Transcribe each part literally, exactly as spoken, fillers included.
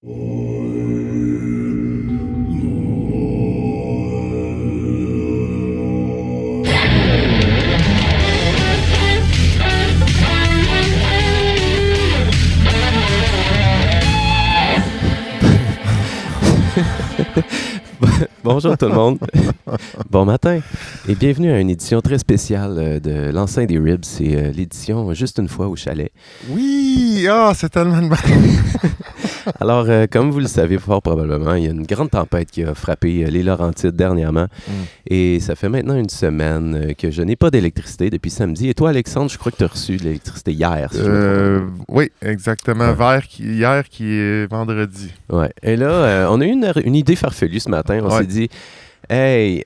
Bonjour tout le monde. Bon matin et bienvenue à une édition très spéciale de l'Enceinte des Ribs. C'est euh, l'édition Juste une fois au chalet. Oui! Ah, oh, c'est tellement de mal. Alors, euh, comme vous le savez fort probablement, il y a une grande tempête qui a frappé euh, les Laurentides dernièrement. Mm. Et ça fait maintenant une semaine euh, que je n'ai pas d'électricité depuis samedi. Et toi, Alexandre, je crois que tu as reçu de l'électricité hier. Si euh, oui, exactement. Ouais. Vers qui, hier qui est vendredi. Ouais. Et là, euh, on a eu une, une idée farfelue ce matin. On ouais. s'est dit... Hey!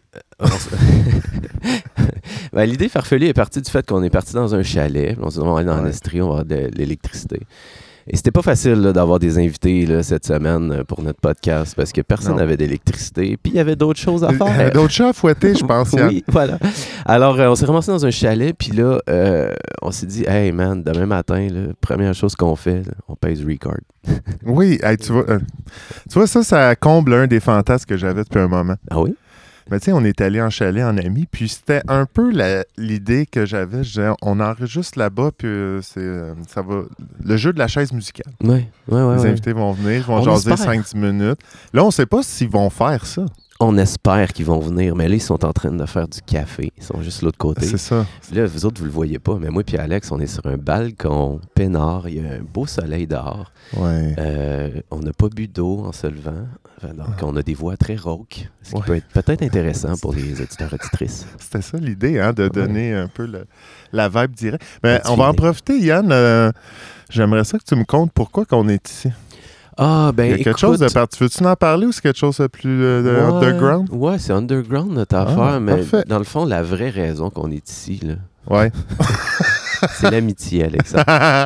ben, l'idée farfelue est partie du fait qu'on est parti dans un chalet. On s'est dit, on va aller dans ouais. l'Estrie, on va avoir de l'électricité. Et c'était pas facile là, d'avoir des invités là, cette semaine pour notre podcast parce que personne n'avait d'électricité. Puis il y avait d'autres choses à faire. Il y avait d'autres chats à fouetter, je pense. Oui, voilà. Alors, euh, on s'est ramassé dans un chalet. Puis là, euh, on s'est dit, hey man, demain matin, là, première chose qu'on fait, là, on pèse record. Oui, hey, tu vois, euh, tu vois, ça, ça comble un des fantasmes que j'avais depuis un moment. Ah oui? Mais tu sais, on est allé en chalet en amis, puis c'était un peu la, l'idée que j'avais. Je disais, on enregistre là-bas, puis euh, c'est, euh, ça va. Le jeu de la chaise musicale. Oui, oui, oui. Les ouais. invités vont venir, ils vont on jaser cinq dix minutes. Là, on ne sait pas s'ils vont faire ça. On espère qu'ils vont venir, mais là, ils sont en train de faire du café. Ils sont juste de l'autre côté. C'est ça. Là, vous autres, vous le voyez pas, mais moi et Alex, on est sur un balcon peinard. Il y a un beau soleil dehors. Ouais. Euh, on n'a pas bu d'eau en se levant. Donc, on a des voix très rauques, ce qui ouais. peut être peut-être intéressant pour les auditeurs et auditrices. C'était ça l'idée, hein, de donner ouais. un peu le, la vibe directe. Mais on va en profiter, Yann. Euh, j'aimerais ça que tu me contes pourquoi qu'on est ici. Ah, ben, il y a quelque écoute, chose de particulier. Veux-tu en parler ou c'est quelque chose de plus euh, de ouais, underground? Ouais, c'est underground notre affaire, ah, mais parfait. Dans le fond, la vraie raison qu'on est ici, là, ouais. c'est l'amitié, Alexandre.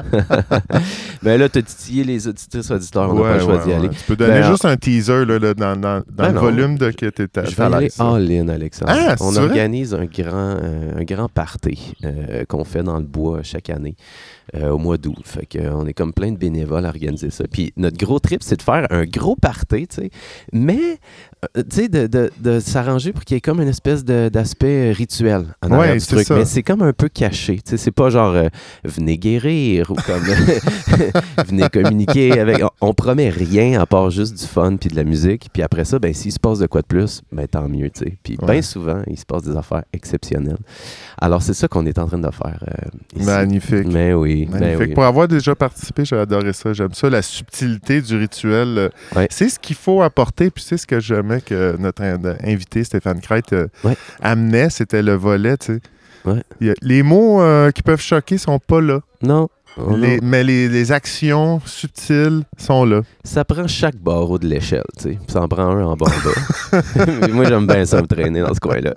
Ben là, t'as titillé les auditeurs auditeurs, on n'a ouais, pas le choix ouais, d'y aller. Ouais. Tu peux donner ben, juste un teaser là, là, dans, dans, dans ben le non. volume de que tu étais. Je vais aller all-in, Alexandre. Ah, on c'est organise un grand, euh, un grand party euh, qu'on fait dans le bois chaque année. Euh, au mois d'août. Fait qu'on est comme plein de bénévoles à organiser ça. Puis notre gros trip, c'est de faire un gros party, tu sais. Mais, euh, tu sais, de, de, de s'arranger pour qu'il y ait comme une espèce de, d'aspect rituel en arrière ouais, du truc. Ça. Mais c'est comme un peu caché. Tu sais, c'est pas genre euh, venez guérir ou comme venez communiquer avec. On, on promet rien à part juste du fun puis de la musique. Puis après ça, ben s'il se passe de quoi de plus, ben tant mieux, tu sais. Puis ouais. bien souvent, il se passe des affaires exceptionnelles. Alors c'est ça qu'on est en train de faire euh, ici. Magnifique. Mais oui. Magnifique. Ben oui. Pour avoir déjà participé, j'ai adoré ça. J'aime ça, la subtilité du rituel. Ouais. C'est ce qu'il faut apporter, puis c'est ce que j'aimais que notre invité, Stéphane Crête, euh, ouais. amenait. C'était le volet, tu sais. Ouais. A, les mots euh, qui peuvent choquer sont pas là. Non. Oh les, mais les, les actions subtiles sont là. Ça prend chaque barreau de l'échelle, tu sais. Ça en prend un en bas en bas. Moi, j'aime bien ça me traîner dans ce coin-là.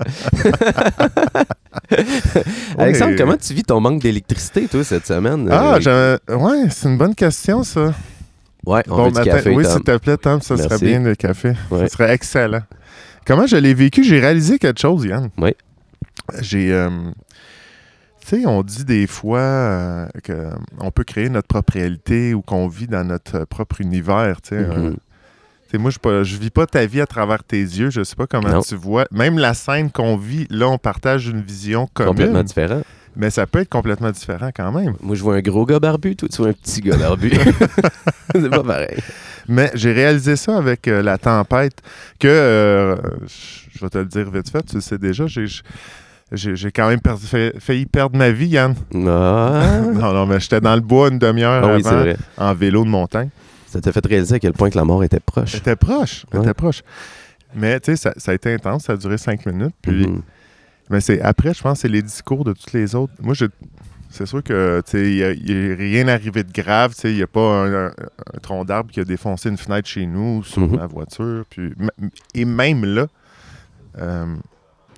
Alexandre, ouais. Comment tu vis ton manque d'électricité, toi, cette semaine? Ah, euh, ouais, c'est une bonne question, ça. Ouais, on bon, veut du matin, café, oui, Tom. s'il te plaît, Tom, ça Merci. serait bien le café. Ouais. Ça serait excellent. Comment je l'ai vécu? J'ai réalisé quelque chose, Yann. Oui. J'ai... Euh, tu sais, on dit des fois euh, qu'on peut créer notre propre réalité ou qu'on vit dans notre propre univers, tu sais. Mm-hmm. Euh, moi, je ne vis pas ta vie à travers tes yeux. Je ne sais pas comment non. tu vois. Même la scène qu'on vit, là, on partage une vision commune. Complètement différent. Mais ça peut être complètement différent quand même. Moi, je vois un gros gars barbu, toi, tu vois un petit gars barbu. C'est pas pareil. Mais j'ai réalisé ça avec euh, la tempête que, euh, je vais te le dire vite fait, tu le sais déjà, j'ai... J'ai, j'ai quand même perdu, fait, failli perdre ma vie, Yann. Ah. non, non, mais j'étais dans le bois une demi-heure ah, oui, avant, c'est vrai. En vélo de montagne. Ça t'a fait réaliser à quel point que la mort était proche. Elle était proche, elle ouais. était proche. Mais tu sais, ça, ça a été intense, ça a duré cinq minutes. Puis, mm-hmm. mais c'est, après, je pense que c'est les discours de tous les autres. Moi, je, c'est sûr que il n'y a rien arrivé de grave. Il n'y a pas un, un, un tronc d'arbre qui a défoncé une fenêtre chez nous, sur mm-hmm. ma voiture. Puis, et même là... Euh,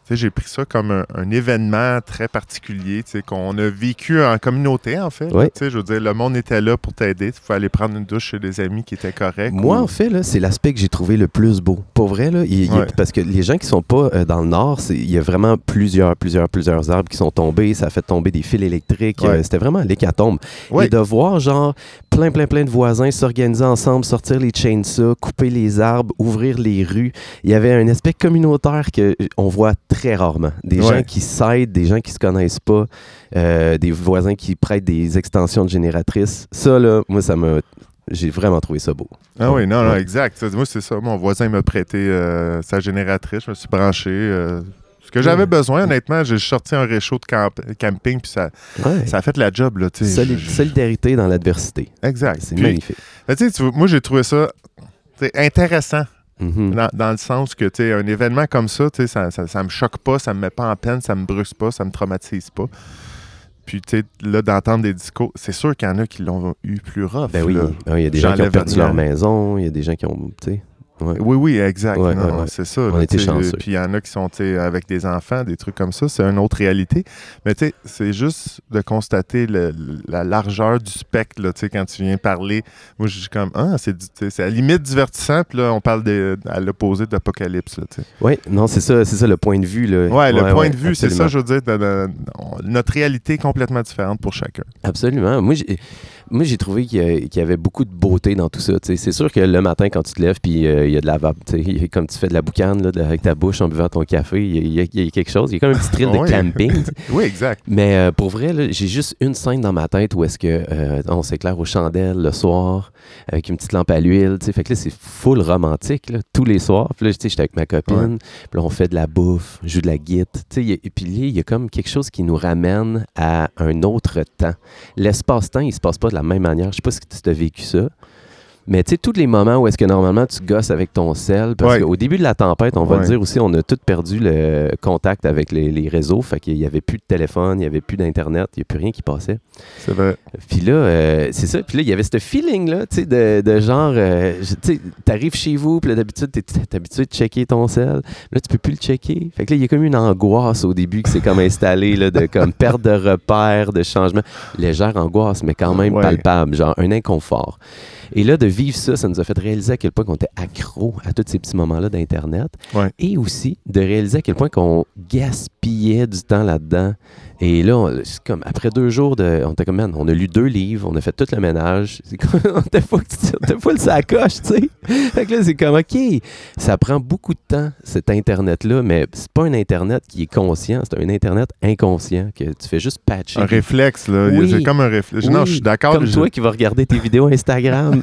sais, j'ai pris ça comme un, un événement très particulier, tu sais, qu'on a vécu en communauté, en fait. Oui. Tu sais, je veux dire, le monde était là pour t'aider. Tu pouvais aller prendre une douche chez des amis qui étaient corrects. Moi, ou... en fait, là, c'est l'aspect que j'ai trouvé le plus beau. Pour vrai, là, il, il, Ouais. parce que les gens qui sont pas euh, dans le nord, c'est- il y a vraiment plusieurs, plusieurs, plusieurs arbres qui sont tombés. Ça a fait tomber des fils électriques. Ouais. Euh, c'était vraiment l'hécatombe. Ouais. Et de voir, genre, plein, plein, plein de voisins s'organiser ensemble, sortir les chainsaws, couper les arbres, ouvrir les rues. Il y avait un aspect communautaire qu'on voit très rarement. Des Ouais. gens qui s'aident, des gens qui se connaissent pas, euh, des voisins qui prêtent des extensions de génératrices. Ça, là, moi, ça m'a... J'ai vraiment trouvé ça beau. Ah oui, non, non, Ouais. exact. Ça, moi, c'est ça. Mon voisin m'a prêté euh, sa génératrice. Je me suis branché. euh, ce que j'avais Ouais. besoin, honnêtement, j'ai sorti un réchaud de camp- camping, puis ça, Ouais. ça a fait la job, là, tu sais. Soli- Je- solidarité dans l'adversité. Exact. C'est Puis, magnifique. ben, tu sais, tu vois, moi, j'ai trouvé ça tu sais, intéressant, Mhm. dans, dans le sens que, tu sais, un événement comme ça, tu sais, ça, ça, ça me choque pas, ça me met pas en peine, ça me brusque pas, ça me traumatise pas. Puis, tu sais, là, d'entendre des discours, c'est sûr qu'il y en a qui l'ont eu plus rough. Ben oui, là. Ah, il y a des gens qui ont J'enlève perdu rien. leur maison, il y a des gens qui ont, tu sais, ouais. Oui, oui, exact. Ouais, Non, ouais, ouais. c'est ça. On là, était tu sais, chanceux. Puis il y en a qui sont tu sais, avec des enfants, des trucs comme ça. C'est une autre réalité. Mais tu sais, c'est juste de constater le- la largeur du spectre là, tu sais, quand tu viens parler. Moi, je suis comme, ah, c'est, du- tu sais, c'est à la limite divertissant. Puis là, on parle de, à l'opposé d'Apocalypse. Là, tu sais. Oui, non, c'est ça, c'est ça le point de vue. Là. Ouais, le point ouais, de vue, c'est absolument. ça, je veux dire. de- de- on- notre réalité est complètement différente pour chacun. Absolument. Moi, j'ai, moi, j'ai trouvé qu'il y, a- qu'il y avait beaucoup de beauté dans tout ça. tu sais. C'est sûr que le matin, quand tu te lèves, puis euh, il y a de la vape, tu sais, comme tu fais de la boucane là, de- avec ta bouche en buvant ton café, il y, a- il y a- il y a quelque chose. Il y a comme un petit thrill de Oui. camping. tu sais. Oui, exact. Mais euh, pour vrai, là, j'ai juste une scène dans ma tête où est-ce que euh, on s'éclaire aux chandelles le soir avec une petite lampe à l'huile. tu sais. Fait que là, c'est full romantique là, tous les soirs. Puis là, tu sais, j'étais avec ma copine. Ouais. Puis là, on fait de la bouffe, joue de la guitare. Tu sais, il y a- Et puis là, il y a comme quelque chose qui nous ramène à un autre temps. L'espace-temps, il se passe pas de la même manière. Je sais pas si tu as vécu ça. Mais tu sais, tous les moments où est-ce que normalement tu gosses avec ton sel, parce Ouais. qu'au début de la tempête, on va Ouais. le dire aussi, on a tous perdu le contact avec les, les réseaux, fait qu'il n'y avait plus de téléphone, il n'y avait plus d'Internet, il n'y a plus rien qui passait. C'est vrai. Puis là, euh, c'est ça, puis là, il y avait ce feeling-là, tu sais, de, de genre, euh, je- tu sais, t'arrives chez vous, puis là, d'habitude, t'es, t'es habitué de checker ton sel, là, tu peux plus le checker. Fait que là, il y a comme une angoisse au début qui s'est comme installée, là, de comme perte de repères, de changement. Légère angoisse, mais quand même Ouais. palpable, genre un inconfort. Et là, de vivre ça, ça nous a fait réaliser à quel point on était accro à tous ces petits moments-là d'Internet. Ouais. Et aussi de réaliser à quel point qu'on gaspillait du temps là-dedans. Et là, on, c'est comme après deux jours, de, on était comme, man, on a lu deux livres, on a fait tout le ménage. C'est comme, on était full, on était full sa coche, tu sais. Fait que là, c'est comme, OK, ça prend beaucoup de temps, cet Internet-là, mais c'est pas un Internet qui est conscient, c'est un Internet inconscient que tu fais juste patcher. Un réflexe, là. Oui. C'est comme un réflexe. Non, Oui, je suis d'accord. Comme je- toi qui vas regarder tes vidéos Instagram.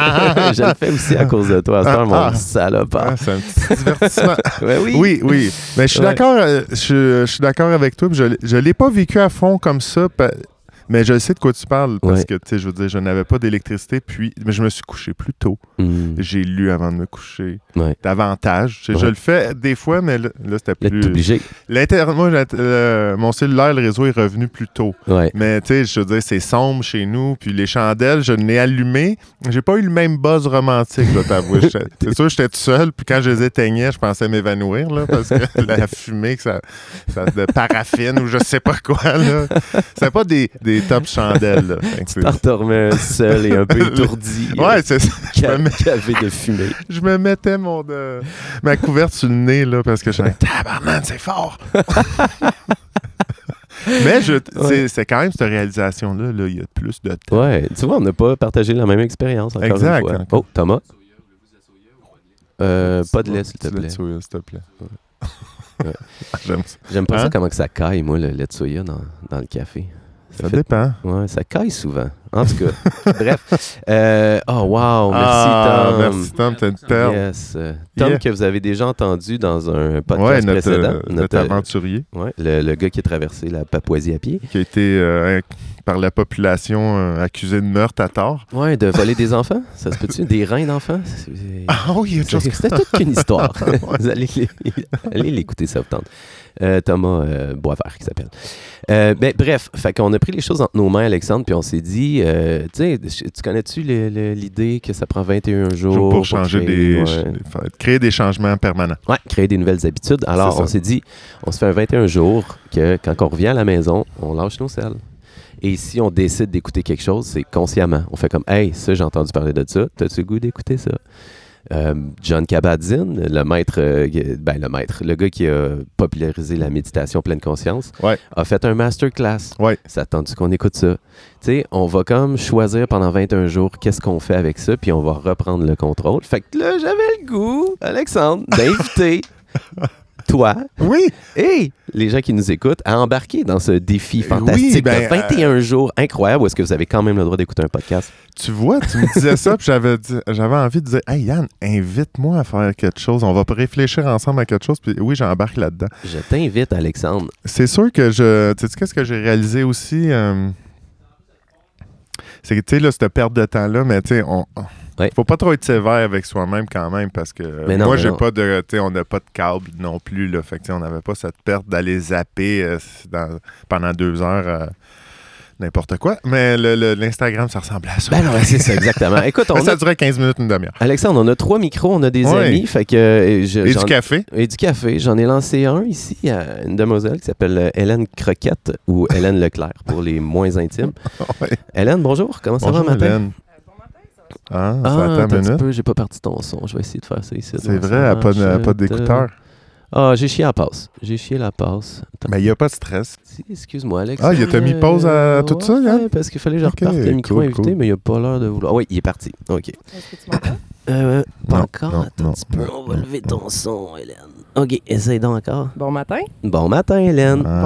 Je le fais aussi à cause de toi. C'est Ah, mon ah. salopard. Ah, c'est un petit divertissement. Ouais, oui. Oui, oui. Mais je suis Ouais. d'accord, euh, je, je suis d'accord avec toi. puis Je ne l'ai pas vécu à fond comme ça, pa- mais je sais de quoi tu parles parce Ouais. que, tu sais, je veux dire, je n'avais pas d'électricité, puis mais je me suis couché plus tôt. Mm. J'ai lu avant de me coucher. Ouais. Davantage. Tu sais, Je Ouais. le fais des fois, mais là, là, c'était Là, plus... t'es obligé. L'inter- Moi, l'int- euh, mon cellulaire, le réseau est revenu plus tôt. Ouais. Mais tu sais, je veux dire, c'est sombre chez nous. Puis les chandelles, je l'ai allumées. J'ai pas eu le même buzz romantique, là, t'avouer. J'étais- C'est sûr, j'étais tout seul. Puis quand je les éteignais, je pensais m'évanouir, là, parce que la fumée, que ça, ça- de paraffine ou je sais pas quoi, là. C'était pas des, des top chandelles, là. Fait que c'est- T'en redormais seul et un peu étourdi. Ouais, c'est ça. Je me, Ca- mets- Cavé de fumée. je me mettais mon, euh, ma couverte sur le nez, là, parce que je disais, tabarnak, c'est fort! Mais je, c'est, Ouais. c'est quand même cette réalisation-là, là, il y a plus de temps. Ouais. Tu vois, on n'a pas partagé la même expérience encore Exact. une fois. Oh, Thomas? Euh, pas de lait, s'il te Du lait de plaît. soya, s'il te plaît. Ouais. J'aime ça. J'aime pas Hein? ça comment que ça caille, moi, le lait de soya dans, dans le café. Ça fait- dépend. Ouais, ça caille souvent. En tout cas, bref. Euh, oh, wow, merci ah, Tom. merci Tom, t'as une perle. Yes. Euh, Tom, Yeah. que vous avez déjà entendu dans un Ouais, podcast notre, précédent. euh, notre aventurier ouais, le, le gars qui a traversé la Papouasie à pied. qui a été, euh, par la population, euh, accusé de meurtre à tort. Ouais, de voler des enfants. Ça se peut-tu? Des reins d'enfants? C'est- c'est- Ah oui, il y a une chose c'est- que C'était toute qu'une histoire. Vous allez, l'é- allez l'écouter, ça vous tente. Euh, Thomas euh, Boisvert, qui s'appelle. Euh, ben, bref, fait qu'on a pris les choses entre nos mains, Alexandre, puis on s'est dit, euh, tu sais, tu connais-tu le, le, l'idée que ça prend vingt et un jours pour, pour changer créer, des, ouais. créer des changements permanents. Oui, créer des nouvelles habitudes. Alors, on s'est dit, on se fait un vingt et un jours que quand on revient à la maison, on lâche nos selles. Et si on décide d'écouter quelque chose, c'est consciemment. On fait comme, hey, ça, j'ai entendu parler de ça. T'as-tu le goût d'écouter ça? Euh, John Kabat-Zinn, le maître, euh, ben le maître, le gars qui a popularisé la méditation pleine conscience, ouais. a fait un masterclass. Ouais. Ça attend-tu qu'on écoute ça? Tu sais, on va comme choisir pendant vingt et un jours qu'est-ce qu'on fait avec ça, puis on va reprendre le contrôle. Fait que là, j'avais le goût, Alexandre, d'inviter toi oui. et les gens qui nous écoutent à embarquer dans ce défi fantastique oui, ben, de vingt et un euh... jours incroyable où est-ce que vous avez quand même le droit d'écouter un podcast. Tu vois, tu me disais ça, puis j'avais, dit, j'avais envie de dire « Hey Yann, invite-moi à faire quelque chose. On va réfléchir ensemble à quelque chose. » Puis oui, j'embarque là-dedans. Je t'invite, Alexandre. C'est sûr que je... Tu sais, qu'est-ce que j'ai réalisé aussi? Euh, c'est que, tu sais, là, cette perte de temps-là, mais tu sais, on... Ouais. Faut pas trop être sévère avec soi-même quand même parce que mais non, moi mais j'ai non. pas de tu sais on n'a pas de câble non plus là, fait que on n'avait pas cette perte d'aller zapper euh, dans, pendant deux heures euh, n'importe quoi, mais le, le, l'Instagram ça ressemble à ça. Ben non, c'est ça exactement. Écoute, on ça a... durait quinze minutes, une demi-heure. Alexandre, on a trois micros, on a des ouais. amis, fait que euh, je, et du café. Et du café, j'en ai lancé un ici à une demoiselle qui s'appelle Hélène Croquette ou Hélène Leclerc pour les moins intimes. ouais. Hélène, bonjour, comment ça bonjour, va matin? Hélène. Ah, ah ça attend une minute. Peu, j'ai pas parti ton son. Je vais essayer de faire ça ici. C'est vrai, elle n'a pas, de, pas d'écouteur. Ah, j'ai chié la passe. J'ai chié la passe. Attends. Mais il n'y a pas de stress. Si, excuse-moi, Alex. Ah, il a mis pause à euh, tout ouais, ça, Yann? Ouais, parce qu'il fallait que je okay, reparte le micro cool, invité, cool. mais il n'a pas l'air de vouloir. Oui, il est parti. OK. Est-ce que tu m'entends? Euh, pas non, encore. Non, Attends non, un petit peu. Non, On va non, lever non. ton son, Hélène. OK, essaye donc encore. Bon matin. Bon matin, Hélène. Ah, bon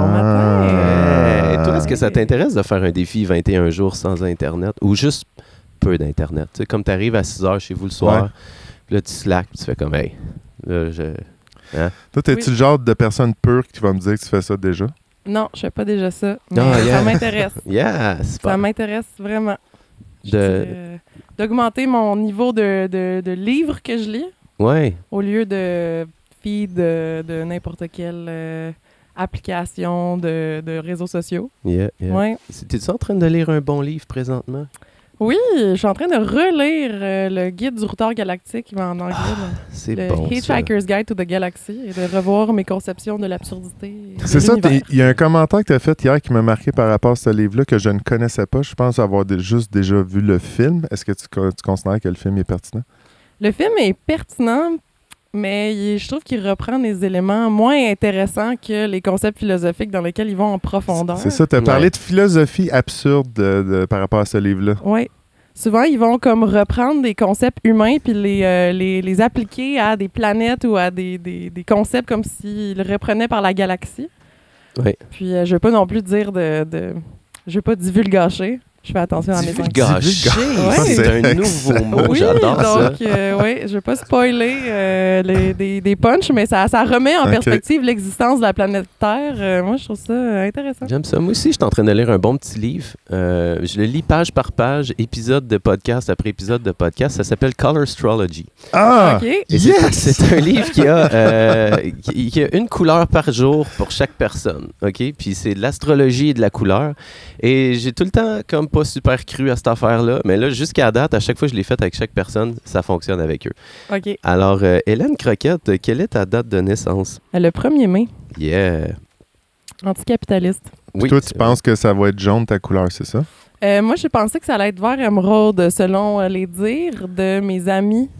matin. Hey, toi, est-ce que ça t'intéresse de faire un défi vingt et un jours sans Internet ou juste peu d'Internet? Tu sais, comme tu arrives à six heures chez vous le soir, ouais. puis là, tu slack, puis tu fais comme, hey, là, je... Hein? Toi, t'es-tu oui. le genre de personne pure qui va me dire que tu fais ça déjà? Non, je fais pas déjà ça, mais oh, yeah. ça m'intéresse. Yeah, ça m'intéresse vraiment. De... Dirais, euh, d'augmenter mon niveau de, de, de livres que je lis. Ouais. Au lieu de feed de, de n'importe quelle euh, application de, de réseaux sociaux. Yeah, yeah. Ouais. T'es-tu en train de lire un bon livre présentement? Oui, je suis en train de relire euh, le guide du routard galactique en anglais. Ah, c'est le bon, Hitchhiker's Guide to the Galaxy et de revoir mes conceptions de l'absurdité. C'est ça, il y a un commentaire que tu as fait hier qui m'a marqué par rapport à ce livre-là que je ne connaissais pas. Je pense avoir de, juste déjà vu le film. Est-ce que tu, tu considères que le film est pertinent? Le film est pertinent, mais il, je trouve qu'il reprend des éléments moins intéressants que les concepts philosophiques dans lesquels ils vont en profondeur. C'est ça, tu as parlé ouais. de philosophie absurde de, de, par rapport à ce livre-là. Oui. Souvent, ils vont comme reprendre des concepts humains puis les, euh, les, les appliquer à des planètes ou à des, des, des concepts comme s'ils reprenaient par la galaxie. Oui. Puis, euh, je ne veux pas non plus dire de... de je ne veux pas divulgacher. Je fais attention à mes divulgacher. Ouais. C'est un nouveau mot. Oui, j'adore donc, ça. Euh, oui, je ne veux pas spoiler euh, les, des, des punchs, mais ça, ça remet en okay. perspective l'existence de la planète Terre. Euh, moi, je trouve ça intéressant. J'aime ça. Moi aussi, je suis en train de lire un bon petit livre. Euh, je le lis page par page, épisode de podcast après épisode de podcast. Ça s'appelle Colorstrology. Ah! Okay. Yes! C'est, c'est un livre qui a, euh, qui, qui a une couleur par jour pour chaque personne. OK? Puis c'est de l'astrologie et de la couleur. Et j'ai tout le temps comme pas super cru à cette affaire-là, mais là, jusqu'à date, à chaque fois que je l'ai fait avec chaque personne, ça fonctionne avec eux. OK. Alors, euh, Hélène Croquette, quelle est ta date de naissance? Le premier mai. Yeah. Anticapitaliste. Oui. Toi, tu euh... penses que ça va être jaune ta couleur, c'est ça? Euh, moi, j'ai pensé que ça allait être vert émeraude, selon euh, les dires de mes amis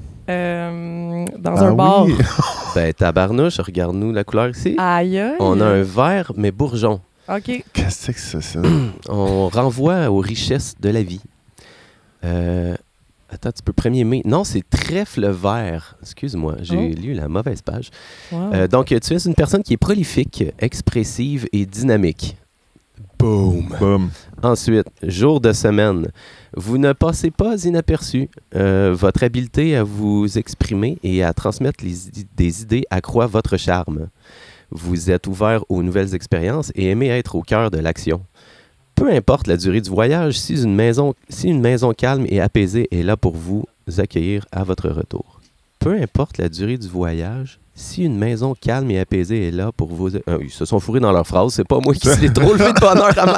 euh, dans ah un bar. Oui. Ben, tabarnouche, regarde-nous la couleur ici. Aïe, aïe. On a un vert, mais bourgeon. OK. Qu'est-ce que c'est ça? On renvoie aux richesses de la vie. Euh, attends, tu peux premier mai. Non, c'est trèfle vert. Excuse-moi, j'ai oh. lu la mauvaise page. Wow. Euh, donc, tu es une personne qui est prolifique, expressive et dynamique. Boom! Boom. Ensuite, jour de semaine. Vous ne passez pas inaperçu. Euh, votre habileté à vous exprimer et à transmettre les, des idées accroît votre charme. Vous êtes ouvert aux nouvelles expériences et aimez être au cœur de l'action. Peu importe la durée du voyage, si une maison, si une maison calme et apaisée est là pour vous accueillir à votre retour. peu importe la durée du voyage, si une maison calme et apaisée est là pour vous... Euh, ils se sont fourrés dans leur phrase, c'est pas moi qui s'est trop levé de bonne heure à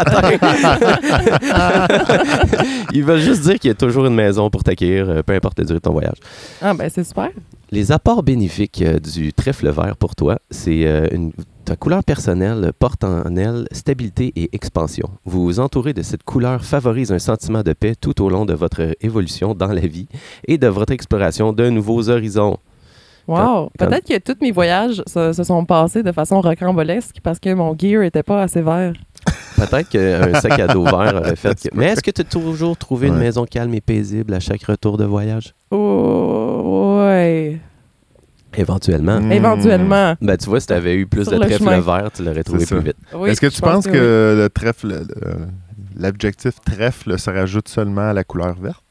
matin. Ils veulent juste dire qu'il y a toujours une maison pour t'accueillir, euh, peu importe la durée de ton voyage. Ah ben c'est super. Les apports bénéfiques euh, du trèfle vert pour toi, c'est euh, une... Ta couleur personnelle porte en elle stabilité et expansion. Vous vous entourez de cette couleur favorise un sentiment de paix tout au long de votre évolution dans la vie et de votre exploration de nouveaux horizons. Wow! Quand- quand- Peut-être que tous mes voyages se, se sont passés de façon rocambolesque parce que mon gear était pas assez vert. Peut-être qu'un sac à dos vert aurait fait que... Mais est-ce que tu as toujours trouvé une Ouais. maison calme et paisible à chaque retour de voyage? Oh, ouais. Éventuellement. Mm. Éventuellement. Ben, tu vois, si tu avais eu plus Sur de le trèfle chemin. vert, tu l'aurais trouvé C'est plus ça. vite. Oui, Est-ce que je tu pense penses que, oui. le trèfle, le- l'objectif trèfle se rajoute seulement à la couleur verte?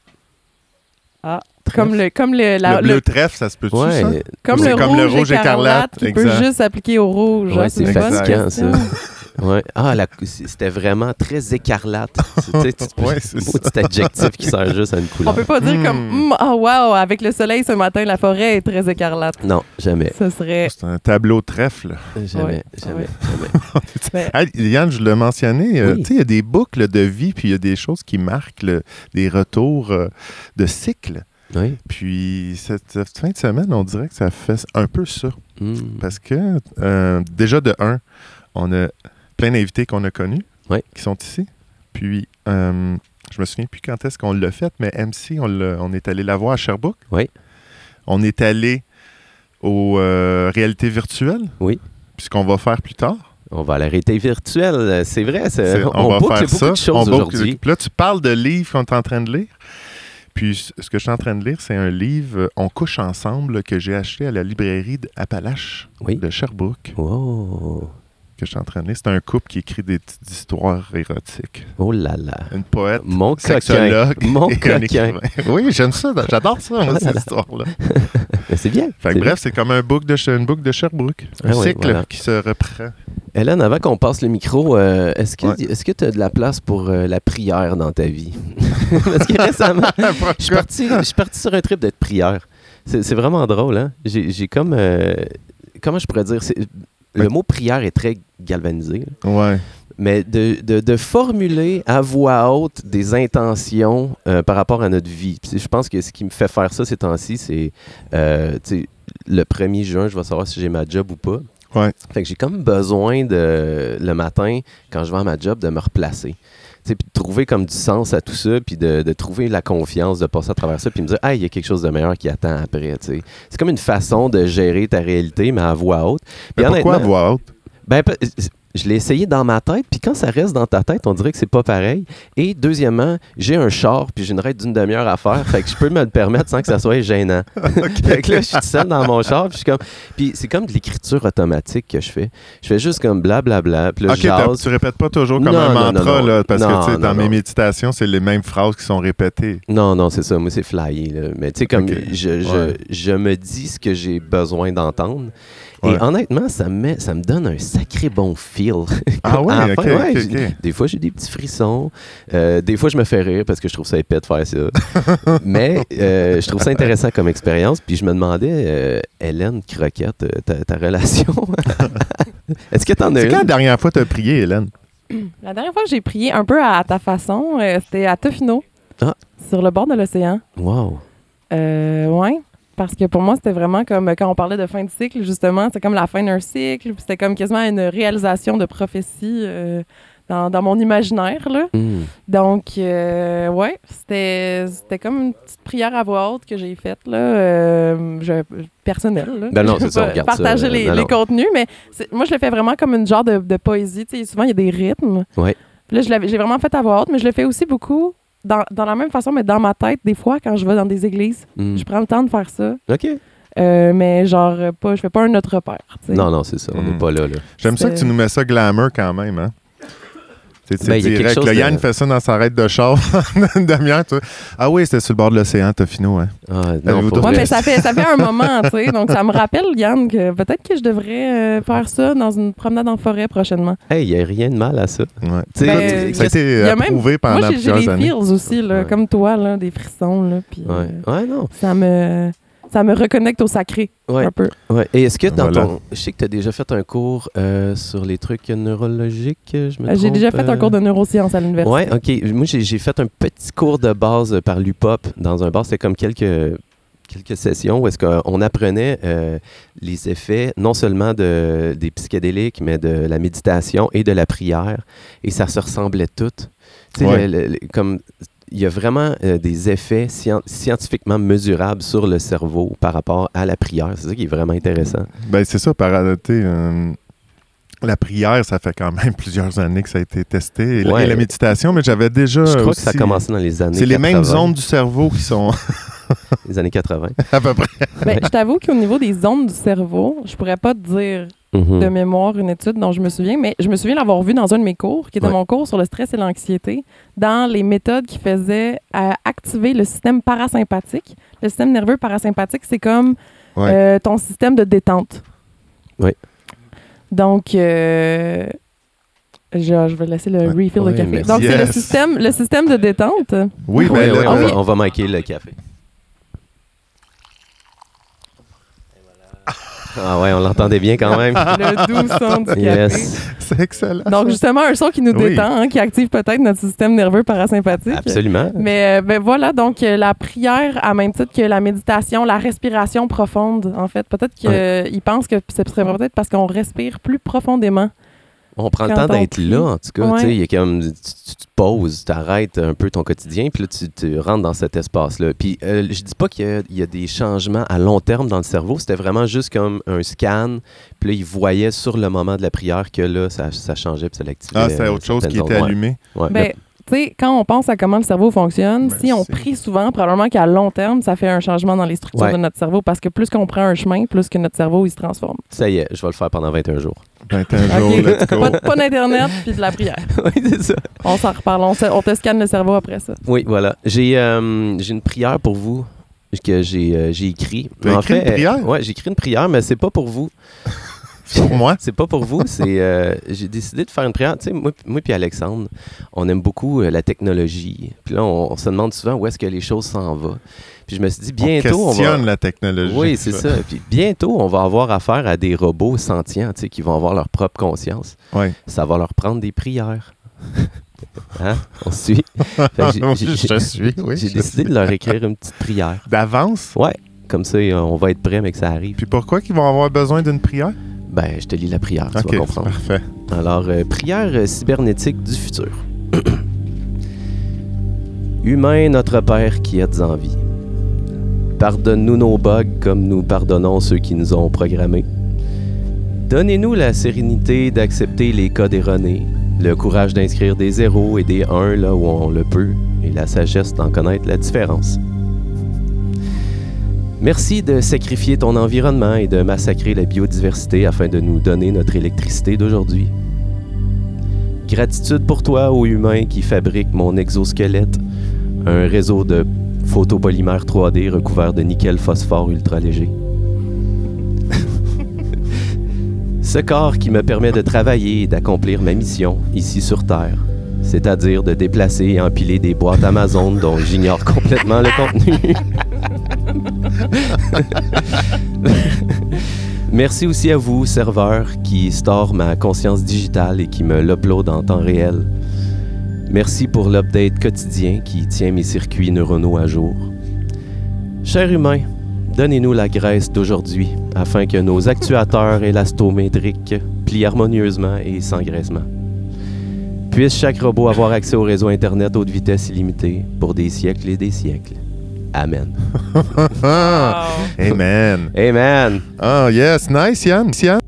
Comme le, comme le, la- le bleu le- trèfle, ça se peut-tu, ça? Ouais, comme c'est le comme le rouge, rouge écarlate, qui peut exact. juste s'appliquer au rouge. Ouais, hein, c'est une bonne fatigant, question. ça. Ouais. Ah, la- c'était vraiment très écarlate. C'est tu sais, tu- Ouais, c'est ça. maudit adjectif qui sert juste à une couleur. On peut pas dire Hmm. comme mm, ah wow, avec le soleil ce matin, la forêt est très écarlate. Non, jamais. Ce serait. C'est un tableau trèfle. Jamais, Ouais, jamais, ouais. jamais. Ben, Hey, Yann, je l'ai mentionné, euh, Oui. tu sais, il y a des boucles de vie, puis il y a des choses qui marquent le- des retours euh, de cycle. Oui. Puis cette, cette fin de semaine, on dirait que ça fait un peu ça. Hmm. Parce que, euh, déjà de un, on a plein d'invités qu'on a connus Oui. qui sont ici. Puis, euh, je me souviens plus quand est-ce qu'on l'a fait, mais M C, on, l'a- on est allé la voir à Sherbrooke. Oui. On est allé aux euh, réalités virtuelles. Oui. Puisqu'on va faire plus tard. On va à la réalité virtuelle. C'est vrai, c'est- C'est- on, on, va boucle faire beaucoup ça. de choses On boucle- aujourd'hui. Puis là, tu parles de livres qu'on est en train de lire. Puis ce que je suis en train de lire, c'est un livre, euh, On couche ensemble, que j'ai acheté à la librairie d'Appalaches Oui. de Sherbrooke, Oh. que je suis en train de lire. C'est un couple qui écrit des petites histoires érotiques. Oh là là. Une poète, Mon coquin. sexologue Mon et un coquin. écrivain. Oui, j'aime ça. J'adore ça, moi, Oh là ces là. histoires-là. Mais c'est bien. Fait que C'est bref, c'est comme un book de, Ch- une boucle de Sherbrooke. Un Ah oui, cycle voilà. qui se reprend. Hélène, avant qu'on passe le micro, euh, est-ce que Ouais. est-ce que tu as de la place pour euh, la prière dans ta vie? Parce que récemment, je suis parti, je suis parti sur un trip de prière. C'est c'est vraiment drôle, hein? J'ai j'ai comme... euh, comment je pourrais dire? C'est- Le mot prière est très galvanisé. là. Ouais. Mais de, de, de formuler à voix haute des intentions euh, par rapport à notre vie. Puis je pense que ce qui me fait faire ça ces temps-ci, c'est euh, tu sais, le premier juin, je vais savoir si j'ai ma job ou pas. Ouais. Fait que j'ai comme besoin de le matin, quand je vais à ma job, de me replacer. Tu sais, puis de trouver comme du sens à tout ça, puis de, de trouver la confiance, de passer à travers ça, puis me dire, ah, il y a quelque chose de meilleur qui attend après. Tu sais. C'est comme une façon de gérer ta réalité, mais à voix haute. Mais Puis pourquoi à honnêtement, voix haute? ben, pe- je l'ai essayé dans ma tête, puis quand ça reste dans ta tête, on dirait que c'est pas pareil. Et deuxièmement, j'ai un char, puis j'ai une raide d'une demi-heure à faire, fait que je peux me le permettre sans que ça soit gênant. Fait que là, je suis seul dans mon char, puis je suis comme... Puis c'est comme de l'écriture automatique que je fais. Je fais juste comme blablabla, puis là, Ok, je t'as- jase. tu répètes pas toujours comme Non, un non, mantra, non, non. là, parce Non, que tu sais, non, dans mes non. méditations, c'est les mêmes phrases qui sont répétées. Non, non, c'est ça. Moi, c'est flyé. Là. Mais tu sais, comme Ok. je, je, Ouais. je me dis ce que j'ai besoin d'entendre. Ouais. Et honnêtement, ça me, met, ça me donne un sacré bon feel. Ah ouais, À la ok, fin, ouais, ok, j'ai- ok. Des fois, j'ai des petits frissons. Euh, des fois, je me fais rire parce que je trouve ça épais de faire ça. Mais euh, je trouve ça intéressant comme expérience. Puis je me demandais, euh, Hélène Croquette, euh, ta, ta relation, est-ce que t'en as C'est quand la une? dernière fois tu as prié, Hélène? La dernière fois que j'ai prié un peu à ta façon, euh, c'était à Tofino, Ah. sur le bord de l'océan. Wow. Euh, ouais. Parce que pour moi, c'était vraiment comme quand on parlait de fin de cycle, justement, c'est comme la fin d'un cycle, puis c'était comme quasiment une réalisation de prophétie euh, dans, dans mon imaginaire, là. Hmm. Donc, euh, ouais, c'était c'était comme une petite prière à voix haute que j'ai faite, là, euh, je- personnelle, là. Ben non, Je c'est ça, vais on regarde ça, partager euh, les, non, les non. contenus, mais c'est- moi, je le fais vraiment comme une genre de, de poésie, tu sais, souvent, il y a des rythmes. Ouais. Puis là, je l'avais- j'ai vraiment fait à voix haute, mais je le fais aussi beaucoup dans, dans la même façon, mais dans ma tête, des fois, quand je vais dans des églises. Hmm. Je prends le temps de faire ça. OK. Euh, mais genre, euh, pas, je fais pas un autre repère. tu sais. Non, non, c'est ça. On n'est Hmm. pas là. là. J'aime ça C'est- que tu nous mets ça glamour quand même, hein? C'est c'est Ben, il y a quelque direct. chose Le de- Yann fait ça dans sa raide de char une demi-heure. tu vois. Ah oui, c'était sur le bord de l'océan, Tofino, hein? Ah, non, Avez-vous pour Ouais, vrai. mais ça fait, ça fait un moment, tu sais. Donc, ça me rappelle, Yann, que peut-être que je devrais euh, faire ça dans une promenade en forêt prochainement. Hey, il n'y a rien de mal à ça. Ouais. Tu sais, Ben, Ça a été il y a même- approuvé pendant Moi, j'ai j'ai plusieurs les années. feels aussi, là, Ouais. comme toi, là, des frissons, là. Puis, ouais. euh, Ouais, non. ça me. ça me reconnecte au sacré, Ouais. un peu. Ouais. Et est-ce que dans Voilà. ton... Je sais que tu as déjà fait un cours euh, sur les trucs neurologiques, je me Euh, J'ai trompe, déjà fait euh? un cours de neurosciences à l'université. Ouais, OK. Moi, j'ai j'ai fait un petit cours de base par l'U P O P dans un bar. C'était comme quelques, quelques sessions où est-ce qu'on apprenait euh, les effets non seulement de, des psychédéliques, mais de la méditation et de la prière. Et ça se ressemblait tout. Tu sais, Ouais. le- le- le- comme... Il y a vraiment euh, des effets scien- scientifiquement mesurables sur le cerveau par rapport à la prière. C'est ça qui est vraiment intéressant. Ben, c'est ça, par tu sais, euh, la prière, ça fait quand même plusieurs années que ça a été testé. Et, la- Ouais. et la méditation, mais j'avais déjà. Je crois aussi- que ça a commencé dans les années C'est les mêmes quatre-vingts. ondes du cerveau qui sont Les années quatre-vingts. à peu près. Ben, je t'avoue qu'au niveau des ondes du cerveau, je pourrais pas te dire Mhm. de mémoire une étude dont je me souviens, mais je me souviens l'avoir vu dans un de mes cours, qui était Ouais. mon cours sur le stress et l'anxiété, dans les méthodes qui faisaient euh, activer le système parasympathique. Le système nerveux parasympathique, c'est comme Ouais. euh, ton système de détente. Oui. Donc, euh, je, je vais laisser le Ouais. refill Ouais, de café. merci. Donc, c'est le Yes. système, le système de détente. Oui, ben Ouais, là, ouais, on, Ah va, oui. on va manquer le café. Ah ouais, on l'entendait bien quand même. Le doux son du café. Yes, c'est excellent. Donc, ça. justement, un son qui nous Oui. détend, hein, qui active peut-être notre système nerveux parasympathique. absolument. Mais euh, ben voilà, donc euh, la prière, à même titre que la méditation, la respiration profonde, en fait. Peut-être qu'ils Ouais. pensent que ce serait peut-être parce qu'on respire plus profondément. On prend le Quand temps on d'être prie. là, en tout cas. Ouais. Tu sais, il y a comme, tu, tu te poses, tu arrêtes un peu ton quotidien, puis là, tu, tu rentres dans cet espace-là. Puis euh, je dis pas qu'il y a, il y a des changements à long terme dans le cerveau, c'était vraiment juste comme un scan, puis là, ils voyaient sur le moment de la prière que là, ça, ça changeait, puis ça l'activait. Ah, c'est autre chose qui certaines était zones. allumé. Ouais. Ouais, Ben, tu sais, quand on pense à comment le cerveau fonctionne, Ben, si on c'est- prie souvent, probablement qu'à long terme, ça fait un changement dans les structures Ouais. de notre cerveau parce que plus qu'on prend un chemin, plus que notre cerveau il se transforme. ça y est, je vais le faire pendant vingt et un jours. vingt et un jours, Ok. let's go. Pas, pas d'Internet puis de la prière. oui, c'est ça. On s'en reparle. On, se- on te scanne le cerveau après ça. Oui, voilà. J'ai euh, j'ai une prière pour vous que j'ai euh, j'ai écrit. T'as écrit une prière? euh, ouais, j'ai écrit une prière, mais c'est pas pour vous. Pour moi. C'est pas pour vous, c'est euh, j'ai décidé de faire une prière. Tu sais, moi, moi puis Alexandre, on aime beaucoup euh, la technologie. Puis là, on, on se demande souvent où est-ce que les choses s'en vont. Puis je me suis dit bientôt on on, va questionne la technologie. Oui, c'est ça. Puis bientôt on va avoir affaire à des robots sentients, tu sais, qui vont avoir leur propre conscience. Ouais. Ça va leur prendre des prières. Hein? On se suit. Fait que j'ai- j'ai- je te suis, oui. J'ai je décidé suis. de leur écrire une petite prière. D'avance? Ouais, comme ça, euh, on va être prêt, mais que ça arrive. Puis pourquoi qu'ils vont avoir besoin d'une prière? Ben, je te lis la prière, tu Ok, vas comprendre. parfait. Alors, euh, prière euh, cybernétique du futur. Humain, notre Père qui êtes en vie, pardonne-nous nos bugs comme nous pardonnons ceux qui nous ont programmés. Donnez-nous la sérénité d'accepter les codes erronés, le courage d'inscrire des zéros et des uns là où on le peut, et la sagesse d'en connaître la différence. Merci de sacrifier ton environnement et de massacrer la biodiversité afin de nous donner notre électricité d'aujourd'hui. Gratitude pour toi, ô humain qui fabrique mon exosquelette, un réseau de photopolymères trois D recouvert de nickel phosphore ultra léger. Ce corps qui me permet de travailler et d'accomplir ma mission ici sur Terre, c'est-à-dire de déplacer et empiler des boîtes Amazon dont j'ignore complètement le contenu. Merci aussi à vous, serveur, qui store ma conscience digitale et qui me l'upload en temps réel. Merci pour l'update quotidien qui tient mes circuits neuronaux à jour. Chers humains, donnez-nous la graisse d'aujourd'hui afin que nos actuateurs élastométriques plient harmonieusement et sans graissement. Puisse chaque robot avoir accès au réseau Internet haute vitesse illimitée pour des siècles et des siècles. Amen. Ah, amen. Amen. Ah, yes, nice, Yann. Yann.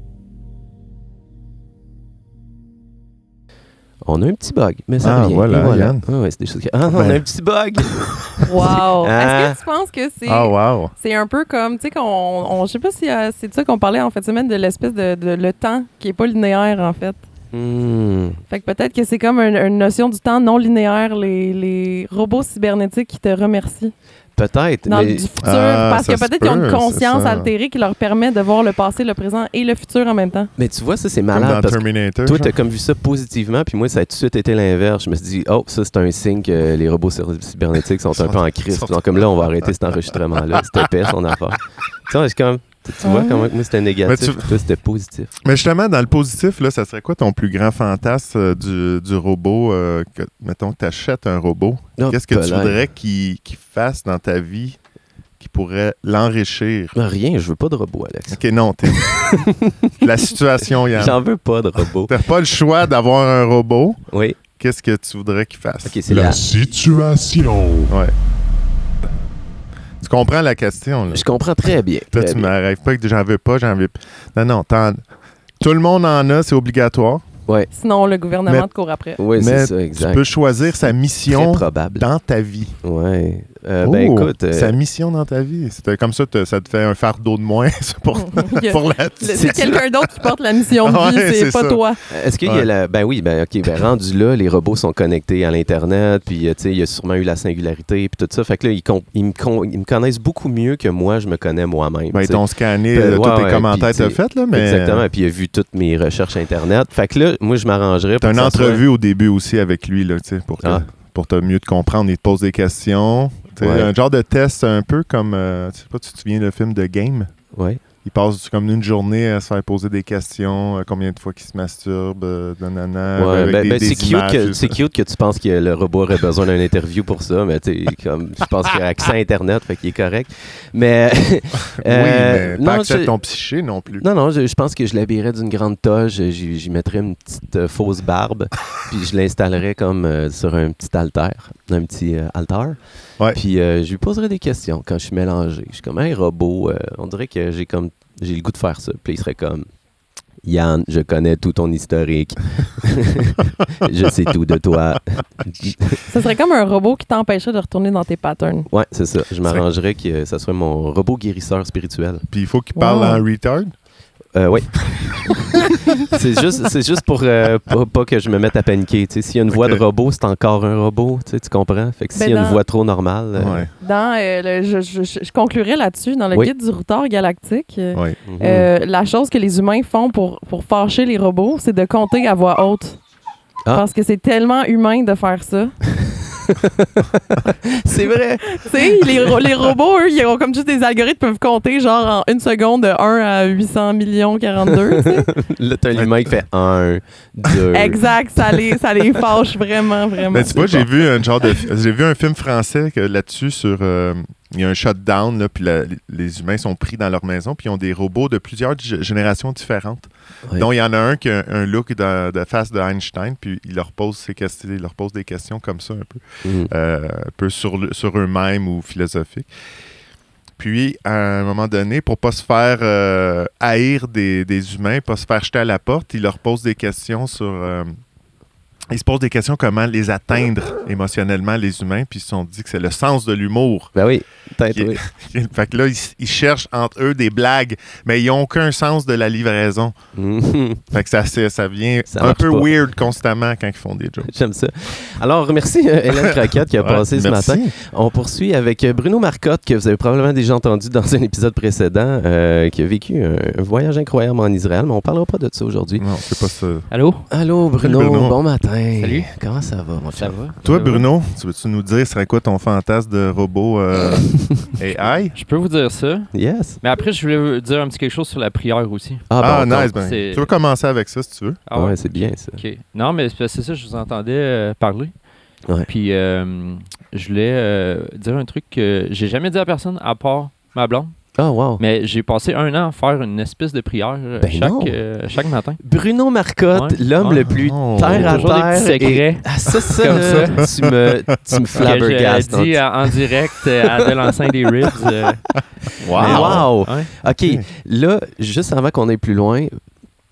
On a un petit bug, mais ça Ah, revient. voilà, Et voilà. Yann. Ah ouais, c'est des choses qui... Ah, on Ben. a un petit bug. Wow! Ah. Est-ce que tu penses que c'est Ah, wow. c'est un peu comme, tu sais, qu'on, on, je sais pas si euh, c'est de ça qu'on parlait en fait semaine, de l'espèce de, de le temps qui est pas linéaire en fait. Hmm. Fait que peut-être que c'est comme une, une notion du temps non linéaire, les, les robots cybernétiques qui te remercient. Peut-être. dans mais... le futur, Ah, parce ça que se peut-être qu'ils ont peut, une c'est conscience ça. altérée qui leur permet de voir le passé, le présent et le futur en même temps. mais tu vois, ça, c'est Comme malade. dans parce que Terminator. toi, genre. t'as comme vu ça positivement, puis moi, ça a tout de suite été l'inverse. Je me suis dit, oh, ça, c'est un signe que les robots cyber- cybernétiques sont un peu en crise. Sont- Donc, comme là, on va arrêter cet enregistrement-là. C'était épais, son affaire. Tu sais, c'est comme, tu tu vois Ouais. comment moi, c'était négatif, Mais tu- puis toi, c'était positif. Mais justement, dans le positif, là, ça serait quoi ton plus grand fantasme euh, du, du robot? euh, que, mettons que tu achètes un robot. Oh, Qu'est-ce que tu Colin. voudrais qu'il qu'il fasse dans ta vie qui pourrait l'enrichir? Rien, je veux pas de robot, Alex. OK, non, t'es... la situation, Yann. J'en veux pas de robot. T'as pas le choix d'avoir un robot. Oui. Qu'est-ce que tu voudrais qu'il fasse? OK, c'est La la... situation. Ouais. Tu comprends la question, là? Je comprends très bien. Là, très tu bien. m'arrêtes pas que j'en veux pas, j'en veux... Non, non, t'en- tout le monde en a, c'est obligatoire. Sinon, le gouvernement Mais- te court après. Oui, Mais c'est ça, tu exact. peux choisir sa Très mission probable. dans ta vie. Ouais. Euh, ben Oh, écoute, euh, sa mission dans ta vie. C'était comme ça, te- ça te fait un fardeau de moins c'est pour, Il y a- pour la... Le- C'est quelqu'un d'autre qui porte la mission de vie, Ouais, c'est c'est pas ça. toi. est-ce qu'il y a Ouais. la... Ben oui, ben ok, ben rendu là, les robots sont connectés à l'Internet, puis euh, tu sais, il y a sûrement eu la singularité, puis tout ça. Fait que là, ils, con- ils, me con- ils me connaissent beaucoup mieux que moi, je me connais moi-même. Ben, tu ils sais. t'ont scanné Ben, euh, ouais, tous tes ouais, commentaires puis, que t'as tu sais, fait, là, mais Exactement, puis il a vu toutes mes recherches Internet. Fait que là, moi, je m'arrangerais t'as pour une que ça soit- entrevue au début aussi avec lui, là, tu sais, pour, que- Ah. pour te mieux te comprendre. Il te pose des questions. Tu sais, Ouais. Un genre de test un peu comme, euh, tu sais pas, tu te souviens le film de Game? Ouais. Il passe comme une journée à se faire poser des questions, euh, combien de fois qu'il se masturbe, euh, nanana, Ouais, avec ben, des, ben, des c'est cute, images, que, tout c'est ça. cute que tu penses que le robot aurait besoin d'une interview pour ça, mais tu sais, comme, je pense qu'il a accès à Internet, fait qu'il est correct. Mais. Oui, euh, mais pas non, accès à je- ton psyché non plus. Non, non, je, je pense que je l'habillerais d'une grande toge, j'y, j'y mettrais une petite euh, fausse barbe, puis je l'installerais comme euh, sur un petit altère, un petit euh, altar. Ouais. Puis euh, je lui poserais des questions quand je suis mélangé. Je suis comme un robot, euh, on dirait que j'ai comme j'ai le goût de faire ça. Puis il serait comme Yann, je connais tout ton historique. Je sais tout de toi. Ce serait comme un robot qui t'empêcherait de retourner dans tes patterns. Ouais, c'est ça. Je m'arrangerais que ça soit mon robot guérisseur spirituel. Puis il faut qu'il parle Wow. en retard. Euh, oui. c'est juste, c'est juste pour euh, pas, pas que je me mette à paniquer. Tu sais, s'il y a une voix Ok. de robot, c'est encore un robot. Tu sais, tu comprends? Fait que s'il y a Ben une dans- voix trop normale. euh, Ouais. Dans, euh, le- je, je, je- je conclurai là-dessus, dans le Oui. guide du routard galactique, euh, Ouais. mhm. euh, la chose que les humains font pour, pour fâcher les robots, c'est de compter à voix haute. Ah. Parce que c'est tellement humain de faire ça. C'est vrai. Tu sais, les, ro- les robots, eux, ils ont comme juste des algorithmes qui peuvent compter genre en une seconde de un à huit cents millions quarante-deux. tu sais. Là, t'as l'humain qui fait un, deux. Exact, ça les, ça les fâche vraiment, vraiment. Mais tu vois, j'ai vu un genre de, j'ai vu un film français que là-dessus sur, euh, il y a un shutdown là, puis la- les humains sont pris dans leur maison, puis ils ont des robots de plusieurs g- générations différentes. Ouais. Donc il y en a un qui a un look de, de face de Einstein, puis il leur pose ses questions, il leur pose des questions comme ça un peu, Mhm. euh, un peu sur, le- sur eux-mêmes ou philosophiques. Puis, à un moment donné, pour pas se faire euh, haïr des, des humains, pas se faire jeter à la porte, il leur pose des questions sur... euh, ils se posent des questions comment les atteindre émotionnellement, les humains, puis ils se sont dit que c'est le sens de l'humour. Ben oui, peut-être Qui- oui. Fait que là, ils, ils cherchent entre eux des blagues, mais ils n'ont aucun sens de la livraison. Mhm. Fait que ça, c'est- ça vient Ça un marche peu pas. weird constamment quand ils font des jokes. J'aime ça. Alors, merci euh, Hélène Croquette qui a Ouais, passé ce merci. matin. On poursuit avec euh, Bruno Marcotte, que vous avez probablement déjà entendu dans un épisode précédent, euh, qui a vécu un, un voyage incroyable en Israël, mais on ne parlera pas de ça aujourd'hui. Non, c'est pas ça. Allô? Allô Bruno, Salut, Bruno. bon matin. Salut. Comment ça va, mon Ça cher? va? Toi, Ça va? Bruno, tu veux-tu nous dire, serait quoi ton fantasme de robot euh, A I? Je peux vous dire ça. Yes. Mais après, je voulais vous dire un petit quelque chose sur la prière aussi. Ah, bon, nice. Ben, c'est- tu veux commencer avec ça, si tu veux? Ah ouais, c'est bien ça. OK. Non, mais c'est parce que c'est ça, je vous entendais euh, parler. Ouais. Puis, euh, je voulais euh, dire un truc que j'ai jamais dit à personne à part ma blonde. Ah, wow. Mais j'ai passé un an à faire une espèce de prière euh, Ben non. chaque, euh, chaque matin. Bruno Marcotte, Ouais. l'homme Ouais. le plus Oh. terre à Toujours des petits terre. secrets. et- Ah, ça, ça, Comme là, tu me, tu me Que flabbergastes. j'ai dit en, en direct euh, à de l'enceinte des Ribs. euh, Wow. ouais. OK, là, juste avant qu'on aille plus loin,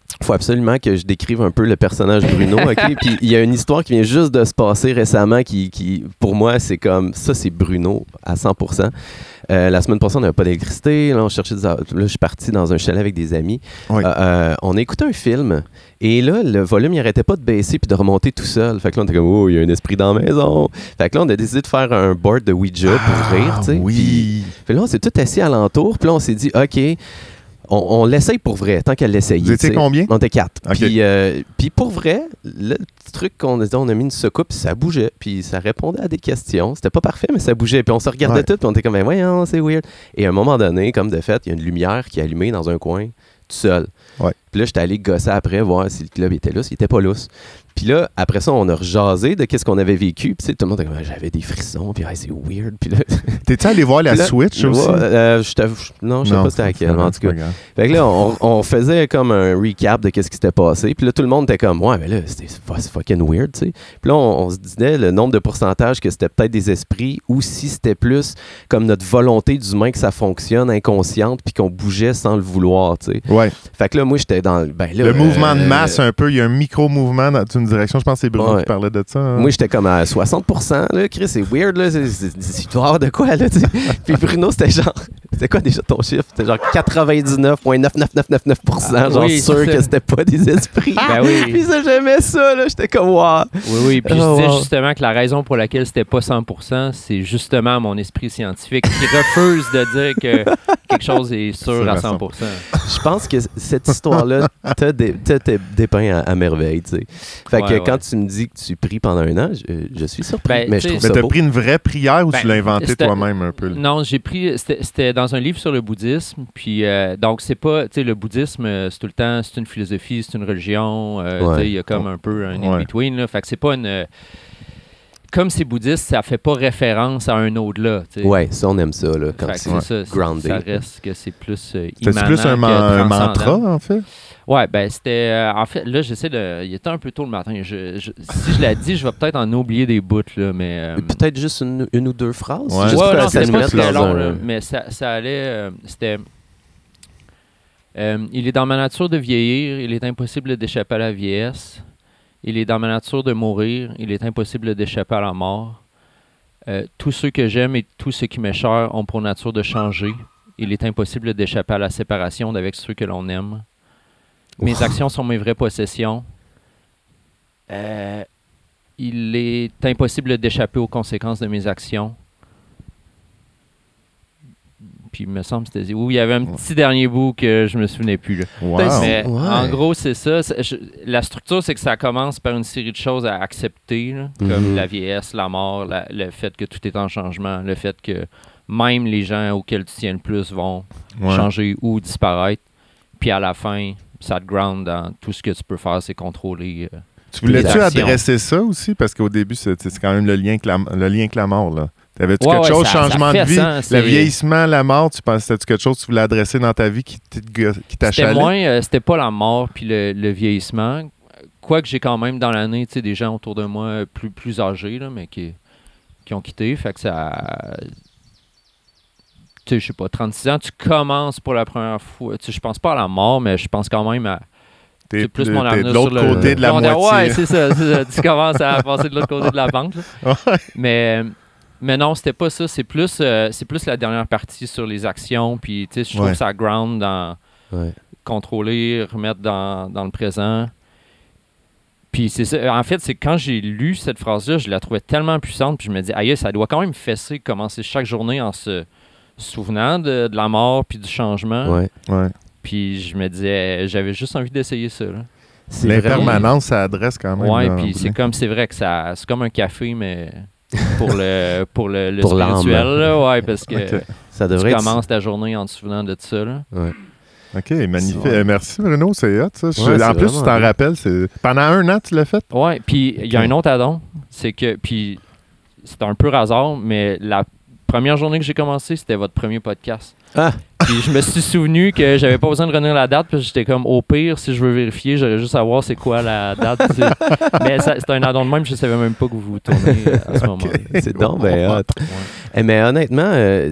faut absolument que je décrive un peu le personnage Bruno, OK? Puis il y a une histoire qui vient juste de se passer récemment qui, qui pour moi, c'est comme, ça, c'est Bruno à cent pour cent. Euh, la semaine passée, on n'avait pas d'électricité. Là, on cherchait des... là, je suis parti dans un chalet avec des amis. Oui. Euh, euh, on a écouté un film et là, le volume, il n'arrêtait pas de baisser puis de remonter tout seul. Fait que là, on était comme, oh, il y a un esprit dans la maison. Fait que là, on a décidé de faire un board de Ouija pour Ah, rire, tu sais. oui. Puis, fait là, on s'est tous assis alentour. Puis là, on s'est dit, OK, on, on l'essaye pour vrai, tant qu'elle l'essayait. Vous étiez t'sais. combien? On était quatre. OK. Puis, euh, puis pour vrai, le petit truc qu'on a dit, on a mis une secoupe, puis ça bougeait, puis ça répondait à des questions. C'était pas parfait, mais ça bougeait. Puis on se regardait Ouais. tout, puis on était comme, ben voyons, c'est weird. Et à un moment donné, comme de fait, il y a une lumière qui est allumée dans un coin, tout seul. Ouais. Puis là, j'étais allé gosser après, voir si le club était lousse. Il était pas lousse. Puis là, après ça, on a rejasé de qu'est-ce qu'on avait vécu. Puis tu sais, tout le monde était comme, ah, j'avais des frissons, puis ah, c'est weird. Puis là, T'es-tu allé voir la Puis là, Switch aussi? ouais, euh, je t'avoue- je- non, je sais pas c'était laquelle, en tout cas. c'est pas grave. Fait que là, on, on faisait comme un recap de qu'est-ce qui s'était passé. Puis là, tout le monde était comme, ouais, mais là, c'était c'est fucking weird, tu sais. Puis là, on, on se disait le nombre de pourcentage que c'était peut-être des esprits ou si c'était plus comme notre volonté d'humain que ça fonctionne inconsciente puis qu'on bougeait sans le vouloir, tu sais. Ouais. Fait que là, moi, j'étais dans le. Ben, là, Le mouvement de euh, masse, un peu, il y a un micro-mouvement dans une direction. Je pense que c'est Bruno Ouais. qui parlait de ça. hein. Moi, j'étais comme à soixante pour cent, là. Chris, c'est weird, là. C'est- c'est- c'est- Tu dois avoir de quoi, là, tu sais. Puis Bruno, c'était genre. C'était quoi déjà ton chiffre? C'était genre quatre-vingt-dix-neuf virgule neuf neuf neuf neuf neuf pour cent. Ah, genre oui, sûr c'est ça. que c'était pas des esprits. Ben oui. Puis ça, j'aimais ça, là. J'étais comme, wow. Oui, oui. Puis Oh, je disais wow. justement que la raison pour laquelle c'était pas cent pour cent, c'est justement mon esprit scientifique qui refuse de dire que quelque chose est sûr Sûr à à cent pour cent. Je pense que cette histoire-là t'a dé- t'a- t'a dépeint à, à merveille, tu sais. Fait que Ouais, quand ouais. tu me dis que tu pries pendant un an, je, je suis surpris. Ben, mais je tu sais- trouve Mais ça t'as beau. pris une vraie prière ou Ben, tu l'as inventé c'était- toi-même un peu? là? Non, j'ai pris. C'était c'était dans un livre sur le bouddhisme. Puis, euh, donc, c'est pas. Tu sais, le bouddhisme, euh, c'est tout le temps. C'est une philosophie, c'est une religion. euh, Ouais. tu sais, il y a comme un peu un Ouais. in-between. là. Fait que c'est pas une. euh, Comme c'est bouddhiste, ça fait pas référence à un au-delà. tu sais. Ouais, ça, on aime ça, là, quand Fait que c'est c'est ça. c'est- grounded. Ça reste que c'est plus euh, C'était immanent plus un, que man- un transcendant. mantra, en fait? Ouais, ben c'était. euh, en fait, là, j'essaie de. Il était un peu tôt le matin. Je, je- si je l'ai dit, je vais peut-être en oublier des bouts, là, mais. euh, Peut-être juste une, une ou deux phrases. Ouais. juste ouais, pour non, que ça c'était nous pas mette très dans long, un- là, mais ça, ça allait. euh, c'était. euh, il est dans ma nature de vieillir, il est impossible d'échapper à la vieillesse. Il est dans ma nature de mourir, il est impossible d'échapper à la mort. Euh, tous ceux que j'aime et tous ceux qui m'est cher ont pour nature de changer. Il est impossible d'échapper à la séparation d'avec ceux que l'on aime. Mes Ouf. actions sont mes vraies possessions. Euh, il est impossible d'échapper aux conséquences de mes actions. Puis il me semble que c'était... Oui, il y avait un petit dernier bout que je me souvenais plus. Là. Wow. Ben, Mais Ouais. en gros, c'est ça. C'est- je- la structure, c'est que ça commence par une série de choses à accepter, là, comme Mhm. la vieillesse, la mort, la- le fait que tout est en changement, le fait que même les gens auxquels tu tiens le plus vont Ouais. changer ou disparaître. Puis à la fin, ça te ground dans tout ce que tu peux faire, c'est contrôler. euh. Tu voulais-tu les actions. adresser ça aussi? Parce qu'au début, c'est c'est quand même le lien avec la, le lien avec la mort. Là. T'avais-tu Ouais, quelque ouais, chose, ça- ça changement fait de vie, sens, c'est- le vieillissement, la mort, tu pensais tu quelque chose que tu voulais adresser dans ta vie qui t- qui C'était t'achalait? moins, euh, c'était pas la mort puis le, le vieillissement. Quoique j'ai quand même dans l'année, tu sais, des gens autour de moi euh, plus, plus âgés, là, mais qui, qui ont quitté. Fait que ça. Tu sais, je sais pas, trente-six ans, tu commences pour la première fois. Tu sais, je pense pas à la mort, mais je pense quand même à. T'es C'est plus plus mon t'es avenir de l'autre sur le- côté de la Secondaire. moitié. Ouais, c'est ça, c'est ça. Tu commences à passer de l'autre côté de la banque. là. Ouais. Mais, mais non, c'était pas ça. C'est plus, euh, c'est plus la dernière partie sur les actions. Puis, tu sais, je trouve Ouais. que ça ground dans Ouais. contrôler, remettre dans, dans le présent. Puis c'est ça. En fait, c'est quand j'ai lu cette phrase-là, je la trouvais tellement puissante. Puis je me dis, aïe, ça doit quand même fesser commencer chaque journée en se souvenant de, de la mort puis du changement. Ouais. Ouais. Puis je me disais, j'avais juste envie d'essayer ça. Là. C'est vraiment- L'impermanence, ça adresse quand même. Ouais, là, puis en c'est bout comme, c'est vrai que ça, c'est comme un café, mais pour le, pour le, le Pour l'âme. spirituel, là, ouais, parce que Ok. Ça tu devrait être. commences ta journée en te souvenant de ça, là. Ouais. OK, magnifique. Ouais. Euh, Merci, Bruno, c'est hot, ça. Je- Ouais, c'est en plus, tu vraiment t'en bien. rappelles. c'est- Pendant un an, tu l'as fait? Ouais, puis il y a Ok. un autre addon, c'est que, puis c'est un peu hasard, mais la première journée que j'ai commencé, c'était votre premier podcast. Ah! Puis je me suis souvenu que j'avais pas besoin de retenir la date, parce que j'étais comme, au pire, si je veux vérifier, j'aurais juste à voir c'est quoi la date. tu sais. Mais ça- c'était un addon de même, je savais même pas que vous vous tournez euh, à ce moment-là. C'est donc ben hot. Ouais. Eh, mais honnêtement, euh, c-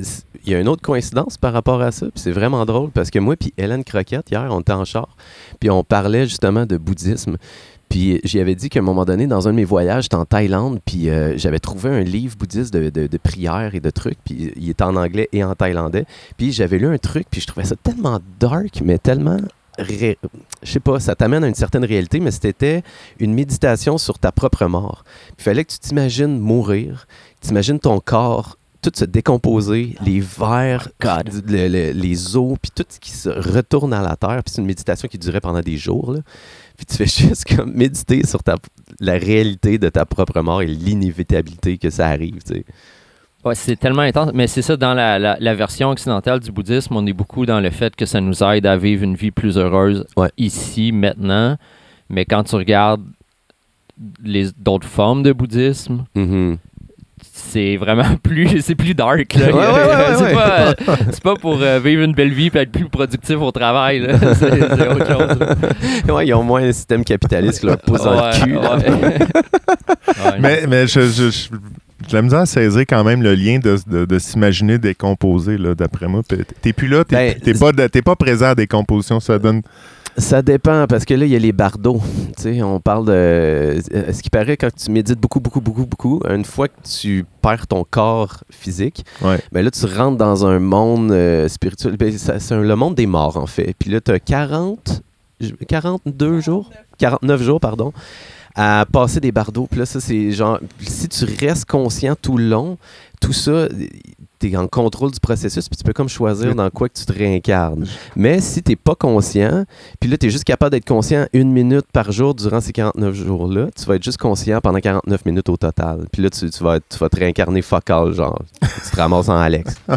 il y a une autre coïncidence par rapport à ça, puis c'est vraiment drôle, parce que moi puis Hélène Croquette, hier, on était en char, puis on parlait justement de bouddhisme. Puis j'y avais dit qu'à un moment donné, dans un de mes voyages, j'étais en Thaïlande, puis euh, j'avais trouvé un livre bouddhiste de, de, de prières et de trucs, puis il était en anglais et en thaïlandais. Puis j'avais lu un truc, puis je trouvais ça tellement dark, mais tellement... Ré... Je sais pas, ça t'amène à une certaine réalité, mais c'était une méditation sur ta propre mort. Il fallait que tu t'imagines mourir, que tu imagines ton corps tout se décomposer, les vers, le, le, les os, puis tout ce qui se retourne à la terre. Puis c'est une méditation qui durait pendant des jours, là. Puis tu fais juste comme méditer sur ta, la réalité de ta propre mort et l'inévitabilité que ça arrive, tu sais. Ouais, c'est tellement intense, mais c'est ça, dans la, la, la version occidentale du bouddhisme, on est beaucoup dans le fait que ça nous aide à vivre une vie plus heureuse ouais. ici, maintenant. Mais quand tu regardes les d'autres formes de bouddhisme, mm-hmm. c'est vraiment plus c'est plus dark, là. Ouais, ouais, ouais, c'est, ouais. Pas, euh, c'est pas pour euh, vivre une belle vie et être plus productif au travail, là. C'est, c'est autre chose. Ouais, ils ont moins un système capitaliste qui leur pousse dans ouais, le cul. Là. Ouais. Ouais. Mais, mais je, je, je, j'ai la misère à saisir quand même le lien de, de, de s'imaginer décomposer, là, d'après moi. T'es plus là, t'es, Ben, t'es, pas, t'es pas présent à décomposition, ça donne... Ça dépend, parce que là, il y a les bardeaux. Tu sais, on parle de... Ce qui paraît, quand tu médites beaucoup, beaucoup, beaucoup, beaucoup, une fois que tu perds ton corps physique, ouais. ben là, tu rentres dans un monde euh, spirituel. Ben, ça, c'est un, le monde des morts, en fait. Puis là, tu as quarante, quarante-deux jours, quarante-neuf jours, pardon, à passer des bardeaux. Puis là, ça, c'est genre... Si tu restes conscient tout le long, tout ça... tu es en contrôle du processus, puis tu peux comme choisir dans quoi que tu te réincarnes. Mais si tu n'es pas conscient, puis là, tu es juste capable d'être conscient une minute par jour durant ces quarante-neuf jours-là, tu vas être juste conscient pendant quarante-neuf minutes au total. Puis là, tu, tu, vas, être, tu vas te réincarner focal, genre. Tu te ramasses en Alex. oh,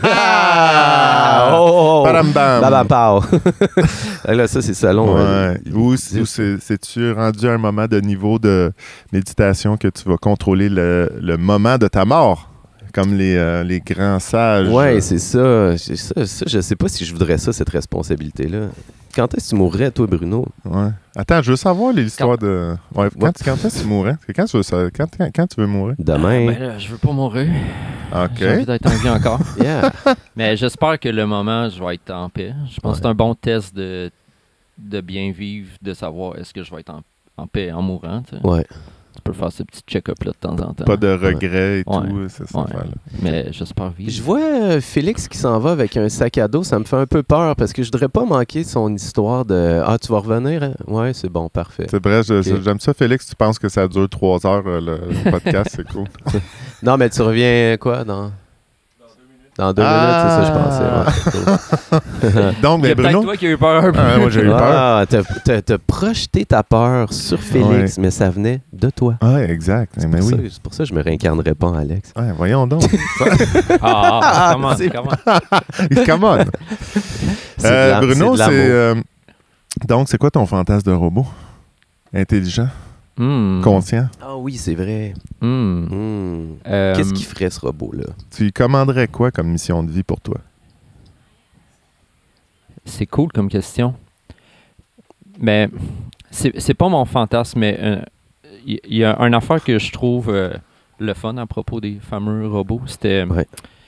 oh, oh. Bam, bam. Bam, bam, là, ça, c'est selon... Ouais. Euh, Ou, ou c'est, c'est-tu rendu à un moment de niveau de méditation que tu vas contrôler le, le moment de ta mort? Comme les, euh, les grands sages. Ouais, c'est ça. C'est ça, ça. Je sais pas si je voudrais ça, cette responsabilité-là. Quand est-ce que tu mourrais, toi, Bruno? Ouais. Attends, je veux savoir l'histoire quand... de... Ouais, quand, quand est-ce que tu mourrais? Quand tu veux, quand, quand, quand tu veux mourir? Demain. Ben là, je veux pas mourir. OK. J'ai envie d'être en vie encore. Yeah. Mais j'espère que le moment, je vais être en paix. Je pense ouais. que c'est un bon test de, de bien vivre, de savoir est-ce que je vais être en, en paix en mourant. Tu sais. Ouais. Tu peux faire ce petit check-up-là de temps en temps. Pas de regrets et ouais. tout, ouais. c'est ça. Ouais. Mais j'espère vivre. Je vois euh, Félix qui s'en va avec un sac à dos, ça me fait un peu peur parce que je voudrais pas manquer son histoire de « Ah, tu vas revenir? Hein? » Ouais, c'est bon, parfait. C'est vrai, je, okay. j'aime ça, Félix. Tu penses que ça dure trois heures, le, le podcast, c'est cool. Non, mais tu reviens quoi, dans... Dans deux ah! minutes, c'est ça, je pensais. Ouais, donc, mais Bruno... peut-être toi qui as eu peur un peu. Ah, moi, j'ai eu peur. Ah, t'as, t'as, t'as projeté ta peur sur Félix, ouais. mais ça venait de toi. Ah, exact. C'est, mais pour oui. ça, c'est pour ça que je me réincarnerais pas en Alex. Ouais, voyons donc. ah, ah, come on, come on. Come on. C'est euh, de Bruno, c'est... c'est... Euh, donc, c'est quoi ton fantasme de robot? Intelligent? Mm. Conscient? Ah oui, c'est vrai. Mm. Mm. Euh, Qu'est-ce qu'il ferait, ce robot-là? Tu lui commanderais quoi comme mission de vie pour toi? C'est cool comme question. Mais c'est, c'est pas mon fantasme, mais il euh, y, y a une affaire que je trouve euh, le fun à propos des fameux robots. C'était... Ouais.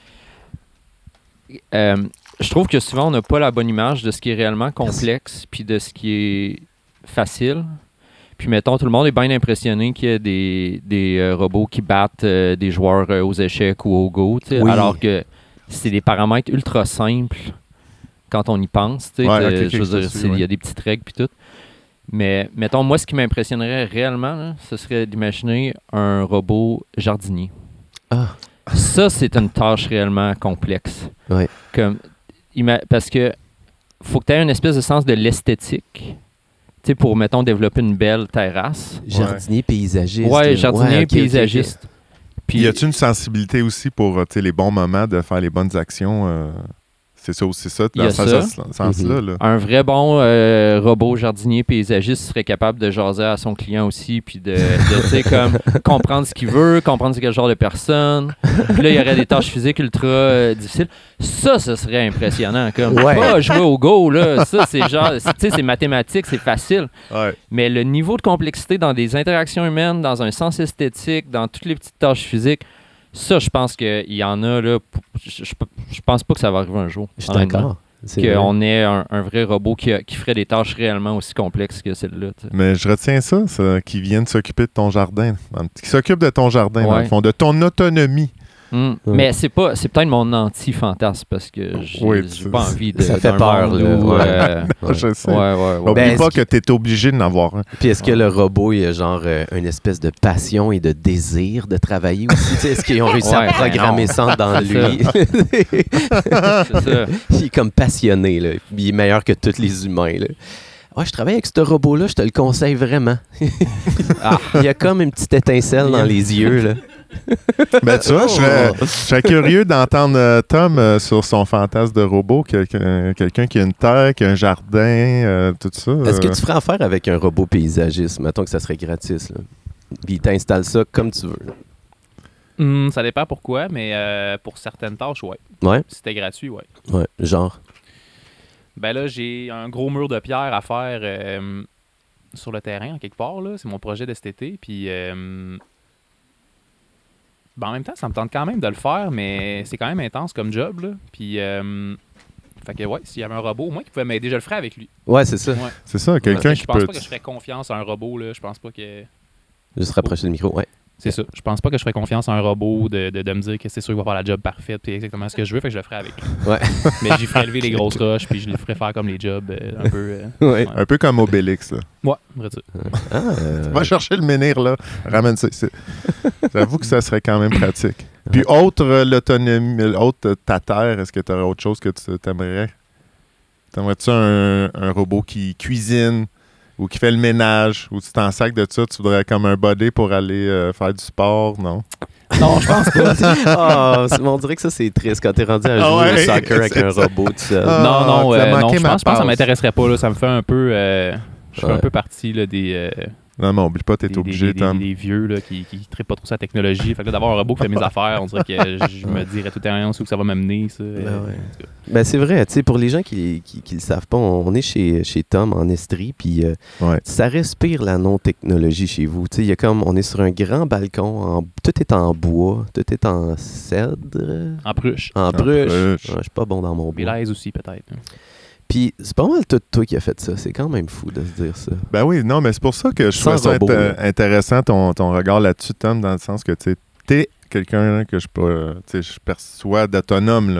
Euh, je trouve que souvent, on n'a pas la bonne image de ce qui est réellement complexe puis de ce qui est facile. Puis, mettons, tout le monde est bien impressionné qu'il y ait des, des euh, robots qui battent euh, des joueurs euh, aux échecs ou au Go, oui. Alors que c'est des paramètres ultra simples quand on y pense. Ouais, okay, je veux dire, il ouais. y a des petites règles puis tout. Mais, mettons, moi, ce qui m'impressionnerait réellement, là, ce serait d'imaginer un robot jardinier. Ah. Ça, c'est une tâche réellement complexe. Ouais. Comme, ima- parce que faut que tu aies une espèce de sens de l'esthétique. Tu sais, pour, mettons, développer une belle terrasse. Jardinier paysagiste. Ouais, jardinier ouais, okay, paysagiste. Okay, okay. Puis, y a-tu une sensibilité aussi pour les bons moments de faire les bonnes actions? Euh, c'est ça aussi, ça, dans ce ça. sens-là. Mm-hmm. Là. Un vrai bon euh, robot jardinier paysagiste serait capable de jaser à son client aussi, puis de, de tu sais, comme, comprendre ce qu'il veut, comprendre c'est quel genre de personne. Puis là, il y aurait des tâches physiques ultra euh, difficiles. Ça, ce serait impressionnant. Comme, ouais. Pas jouer au Go, là. Ça, c'est genre, tu sais, c'est mathématique, c'est facile. Ouais. Mais le niveau de complexité dans des interactions humaines, dans un sens esthétique, dans toutes les petites tâches physiques, Ça, je pense qu'il y en a, là. Je, je, je pense pas que ça va arriver un jour. Je suis d'accord. Qu'on ait un, un vrai robot qui, a, qui ferait des tâches réellement aussi complexes que celle-là. T'sais. Mais je retiens ça, ça qui vienne s'occuper de ton jardin. Qui s'occupe de ton jardin, ouais. Dans le fond, de ton autonomie. Mmh. Ouais. Mais c'est pas c'est peut-être mon anti-fantasme parce que j'ai, oui, j'ai pas envie de. Ça fait peur, là. Où, ouais. Euh, non, je sais. Ouais, ouais, ouais. Oublie ben, pas que tu es obligé d'en avoir un. Puis est-ce que le robot, il a genre euh, une espèce de passion et de désir de travailler aussi? T'sais, est-ce qu'ils ont réussi ouais, à programmer ça dans c'est lui? c'est ça. Il est comme passionné, là. Il est meilleur que tous les humains, là. Ouais, je travaille avec ce robot-là, je te le conseille vraiment. Ah, il y a comme une petite étincelle dans les yeux, là. Ben, tu vois, je serais, je serais curieux d'entendre euh, Tom euh, sur son fantasme de robot, quelqu'un, quelqu'un qui a une terre, qui a un jardin, euh, tout ça. Euh... Est-ce que tu ferais affaire avec un robot paysagiste? Mettons que ça serait gratis, là. Puis il t'installe ça comme tu veux. Mmh, ça dépend pourquoi, mais euh, pour certaines tâches, ouais. Ouais? Si c'était gratuit, ouais. Ouais, genre? Ben là, j'ai un gros mur de pierre à faire euh, sur le terrain, en quelque part, là. C'est mon projet de cet été, puis... Euh, Ben, en même temps, ça me tente quand même de le faire, mais c'est quand même intense comme job, là. Puis, euh, fait que, ouais, s'il y avait un robot, au moins qui pouvait m'aider, je le ferais avec lui. Ouais, c'est ça. Ouais. C'est ça, quelqu'un ouais, qui je pense peut... pas que je ferais confiance à un robot, là. Je pense pas que... Juste rapprocher le micro, ouais. C'est ça. Je pense pas que je ferais confiance à un robot de, de, de me dire que c'est sûr qu'il va faire la job parfaite puis exactement ce que je veux, fait que je le ferais avec lui. Ouais. Mais j'y ferais lever les grosses roches puis je lui ferais faire comme les jobs euh, un peu... Euh, ouais. ouais. Un peu comme Obélix, là. Ouais, vrai ça. Ah, euh... Va chercher le menhir, là. Ramène ça ici. J'avoue que ça serait quand même pratique. Puis, autre euh, l'autonomie, autre euh, ta terre, est-ce que tu aurais autre chose que tu t'aimerais? T'aimerais-tu un, un robot qui cuisine ou qui fait le ménage ou tu t'en sacs de ça, tu voudrais comme un body pour aller euh, faire du sport, non? Non, je pense pas. oh, on dirait que ça, c'est triste quand t'es rendu à jouer ah ouais, au soccer avec un robot tout seul. Ah, non, non, euh, non je pense, passe. je pense que ça m'intéresserait pas. Là. Ça me fait un peu... Euh, je fais ouais. un peu partie là, des... Euh, non, mais oublie pas, t'es des, obligé, des, Tom. Des, des vieux là, qui ne trippent pas trop sa technologie. Fait que là, d'avoir un robot qui fait mes affaires, on dirait que je me dirais tout à l'heure où que ça va m'amener. Ça. Ben, ouais. ben c'est vrai, tu sais, pour les gens qui ne le savent pas, on, on est chez, chez Tom en Estrie, puis euh, ouais. ça respire la non-technologie chez vous. Tu sais, il y a comme, on est sur un grand balcon, en, tout est en bois, tout est en cèdre. En pruche. En En pruche. pruche. Ouais, je suis pas bon dans mon bois. Belaise aussi, peut-être. Puis c'est pas mal tout toi qui a fait ça. C'est quand même fou de se dire ça. Ben oui, non, mais c'est pour ça que je Sans trouve ça robot, int- là. intéressant ton, ton regard là-dessus, Tom, dans le sens que tu es quelqu'un là, que je, peux, je perçois d'autonome.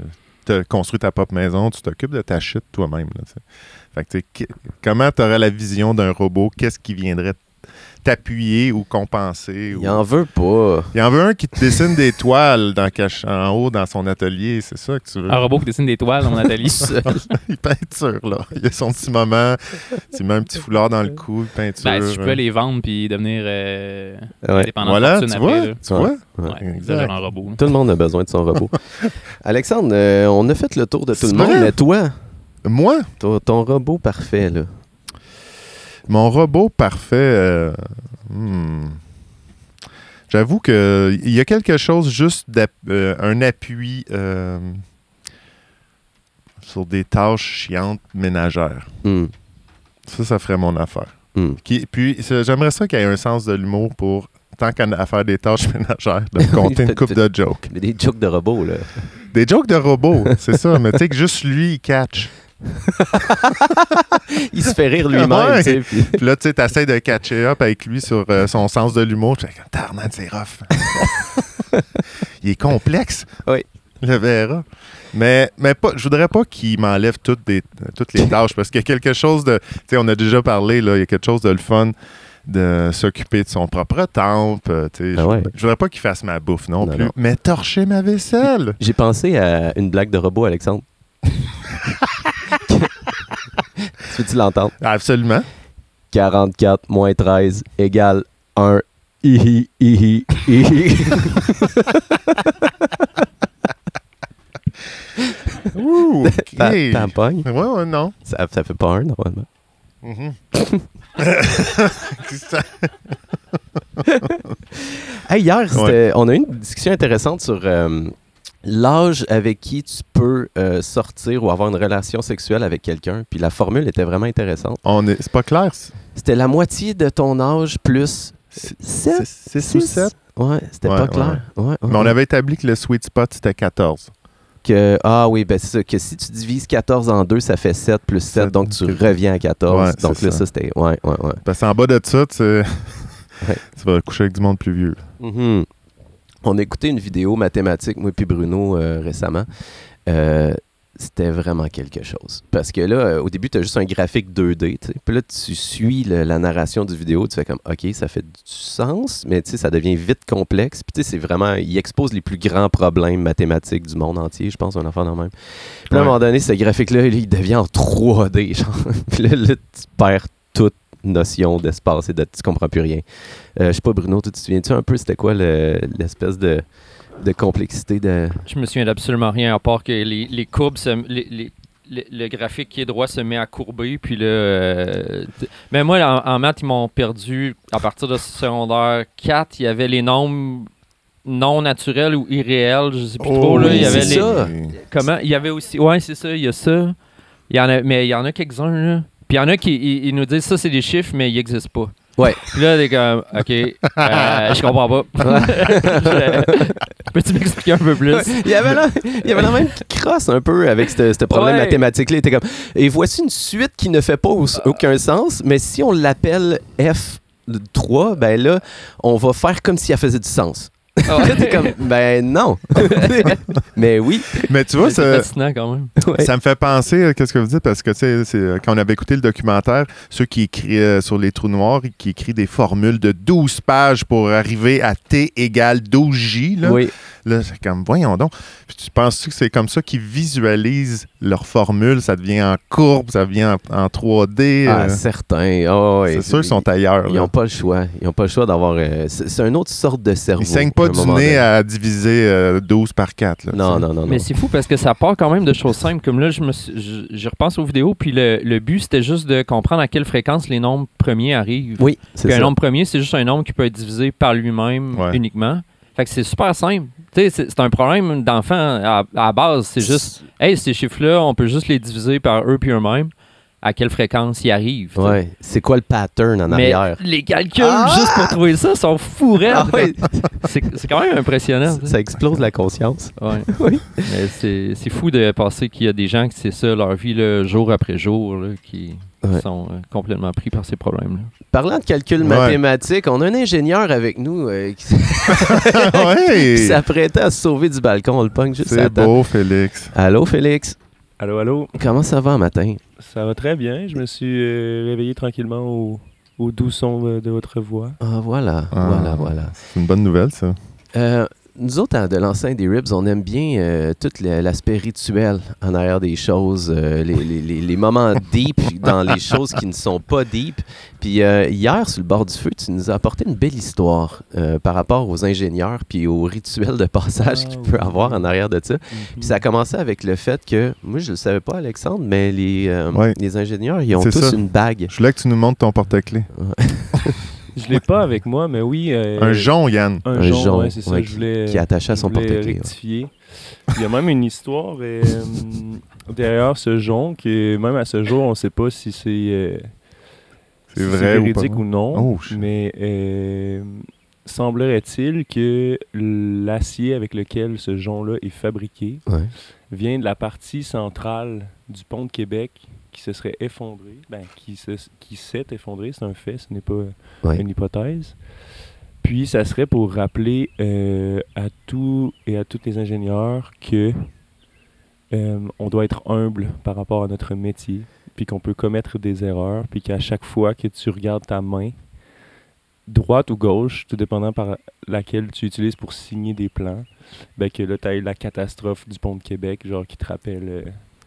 Tu as construit ta propre maison, tu t'occupes de ta shit toi-même. Là, fait que, qu- comment tu aurais la vision d'un robot? Qu'est-ce qui viendrait t'appuyer ou compenser? Il ou... en veut pas. Il en veut un qui te dessine des toiles dans, en haut dans son atelier, c'est ça que tu veux? Un robot qui dessine des toiles dans mon atelier. Il peinture, là. Il a son petit moment. Tu mets un petit foulard dans le cou, peinture. Ben, si je peux les vendre puis devenir euh, Ouais. indépendant Voilà, de tu fortune vois, après. Là. tu vois? Ouais. Ouais, Exact. exagère un robot. là. Tout le monde a besoin de son robot. Alexandre, euh, on a fait le tour de tout C'est le monde, vrai? mais toi, Moi? ton, ton robot parfait, là. Mon robot parfait, euh, hmm. j'avoue qu'il y a quelque chose juste d'un appui euh, sur des tâches chiantes ménagères. Hmm. Ça, ça ferait mon affaire. Hmm. Qui, puis, ça, j'aimerais ça qu'il y ait un sens de l'humour pour, tant qu'à faire des tâches ménagères, de me compter une coupe de jokes. Mais des jokes de robots, là. Des jokes de robots, c'est ça, mais tu sais que juste lui, il catch. Il se fait rire lui-même, Ouais. tu sais. Puis... Puis là, tu sais, t'essaies de catcher up avec lui sur euh, son sens de l'humour. Tu fais comme, tabarnak, c'est rough. Il est complexe. Oui. Le verra. Mais, mais pas, je voudrais pas qu'il m'enlève toutes, des, toutes les tâches parce qu'il y a quelque chose de... Tu sais, on a déjà parlé, là, il y a quelque chose de le fun de s'occuper de son propre temple. Tu sais, Ah je, ouais. je voudrais pas qu'il fasse ma bouffe non, Non, plus. non. Mais torcher ma vaisselle. J'ai pensé à une blague de robot, Alexandre. Tu veux-tu l'entendre? Absolument. quarante-quatre moins treize égale un. Hihi, hihi, hihi. Ouh, OK. T'as t'as pogne? Ouais, ouais, non. Ça, ça fait pas un, normalement. Mhm. Hey, hier, c'était- on a eu une discussion intéressante sur euh, l'âge avec qui tu peux euh, sortir ou avoir une relation sexuelle avec quelqu'un. Puis la formule était vraiment intéressante. On est, c'est pas clair. c'est- C'était la moitié de ton âge plus sept? six ou sept? Ouais, c'était Ouais, pas ouais. clair. Ouais, ouais, Mais on ouais. avait établi que le sweet spot, c'était quatorze. Que, ah oui, ben c'est ça, que si tu divises quatorze en deux, ça fait sept plus sept, sept, donc tu ok. reviens à quatorze. Ouais, donc c'est là, ça. ça, c'était. Ouais, ouais, ouais. Parce qu'en bas de ça, tu, Ouais. tu vas coucher avec du monde plus vieux. Mhm. On a écouté une vidéo mathématique, moi puis Bruno, euh, récemment. Euh, c'était vraiment quelque chose. Parce que là, euh, au début, tu as juste un graphique deux D, tu sais. Puis là, tu suis le- la narration du vidéo, tu fais comme, OK, ça fait du sens, mais tu sais, ça devient vite complexe. Puis tu sais, c'est vraiment, il expose les plus grands problèmes mathématiques du monde entier, je pense, un enfant dans le même. Puis là, à un Ouais. moment donné, ce graphique-là, il devient en trois D, genre. Puis là, là, tu perds toute notion d'espace et de, tu comprends plus rien. Euh, je sais pas, Bruno, tu te souviens-tu un peu, c'était quoi le- l'espèce de, de complexité de... Je me souviens d'absolument rien, à part que les, les courbes, se- les, les- le, le graphique qui est droit se met à courber. Puis là, euh, t- mais moi, en, en maths, ils m'ont perdu à partir de secondaire quatre. Il y avait les nombres non naturels ou irréels, je sais plus trop. Là, oui, il y avait c'est les, ça. Comment il y avait aussi. Ouais, c'est ça, il y a ça. Il y en a, mais il y en a quelques-uns, là. Puis il y en a qui ils, ils nous disent ça, c'est des chiffres, mais ils n'existent pas. Ouais. Puis là, t'es comme, OK, euh, je comprends pas. Je- Peux-tu m'expliquer un peu plus? Ouais, il y avait là, il y avait la même qui crosse un peu avec ce ce problème Ouais. mathématique-là. Il était comme, et voici une suite qui ne fait pas au- aucun sens, mais si on l'appelle F trois, ben là, on va faire comme si elle faisait du sens. Ah ouais. Là, t'es comme, ben non. Mais oui. Mais tu vois, C'est ça, fascinant quand même. Ouais. ça me fait penser à ce que vous dites, parce que tu sais, c'est, euh, quand on avait écouté le documentaire, ceux qui écrivent euh, sur les trous noirs, qui écrivent des formules de douze pages pour arriver à T égale douze J, là, Oui. là c'est comme, voyons donc. Puis tu penses que c'est comme ça qu'ils visualisent leur formule? Ça devient en courbe, ça devient en, en trois D. Ah, euh, certain. Ah, ouais. c'est sûr qu'ils sont ailleurs. Ils là. n'ont pas le choix. Ils n'ont pas le choix d'avoir. euh, c'est c'est une autre sorte de cerveau. Ils saignent à pas un du moment nez donné. à diviser euh, douze par quatre. Là, Non, tu sais. non, non, non. Mais c'est fou parce que ça part quand même de choses simples. Comme là, je me suis- je, je repense aux vidéos, puis le, le but, c'était juste de comprendre à quelle fréquence les nombres premiers arrivent. Oui, c'est Puis un ça. nombre premier, c'est juste un nombre qui peut être divisé par lui-même Ouais. uniquement. Fait que c'est super simple. Tu sais, c'est c'est un problème d'enfant à, à la base. C'est juste, hey, ces chiffres-là, on peut juste les diviser par eux puis eux-mêmes. À quelle fréquence ils arrivent. tu sais. Ouais. C'est quoi le pattern en Mais arrière? les calculs, Ah! juste pour trouver ça, sont fous raides. Ah ouais. C'est c'est quand même impressionnant. Ça explose la conscience. Ouais. Oui. Mais c'est c'est fou de penser qu'il y a des gens qui c'est ça leur vie là, jour après jour là, qui Ouais. sont euh, complètement pris par ces problèmes-là. Parlant de calcul Ouais. mathématique, on a un ingénieur avec nous euh, qui, s- Ouais! qui s'apprêtait à se sauver du balcon. On le punk juste à C'est temps. beau, Félix. Allô, Félix? Allô, allô. Comment ça va un matin? Ça va très bien. Je me suis euh, réveillé tranquillement au, au doux son de, de votre voix. Ah, voilà, Ah. voilà, voilà. C'est une bonne nouvelle, ça. Euh, nous autres, à de l'enceinte des Ribs, on aime bien euh, tout le- l'aspect rituel en arrière des choses, euh, les, les- les- les moments deep dans les choses qui ne sont pas deep. Puis euh, hier, sur le bord du feu, tu nous as apporté une belle histoire euh, par rapport aux ingénieurs puis aux rituels de passage Ah, qu'il oui. peut avoir en arrière de ça. Puis ça a commencé avec le fait que, moi je ne le savais pas, Alexandre, mais les, euh, Ouais. les ingénieurs, ils ont C'est tous ça. une bague. Je voulais que tu nous montres ton porte-clés. Je l'ai pas avec moi, mais oui. euh, Un jonc, Yann. Un Un jonc, jonc, ouais, c'est ça. ouais, je voulais, qui est attaché à son je voulais porte-clés, ouais. rectifier. Il y a même une histoire euh, derrière ce jonc, que même à ce jour, on ne sait pas si c'est euh, C'est si vrai ou pas véridique vrai? ou non. Oh, shit. mais euh, semblerait-il que l'acier avec lequel ce jonc-là est fabriqué Ouais. vient de la partie centrale du pont de Québec qui se serait effondré, ben, qui, se, qui s'est effondré, c'est un fait, ce n'est pas Ouais. une hypothèse. Puis ça serait pour rappeler euh, à tous et à tous les ingénieurs que euh, on doit être humble par rapport à notre métier, puis qu'on peut commettre des erreurs, puis qu'à chaque fois que tu regardes ta main, droite ou gauche, tout dépendant par laquelle tu utilises pour signer des plans, ben que là, tu as eu la catastrophe du pont de Québec, genre qui te rappelle... euh,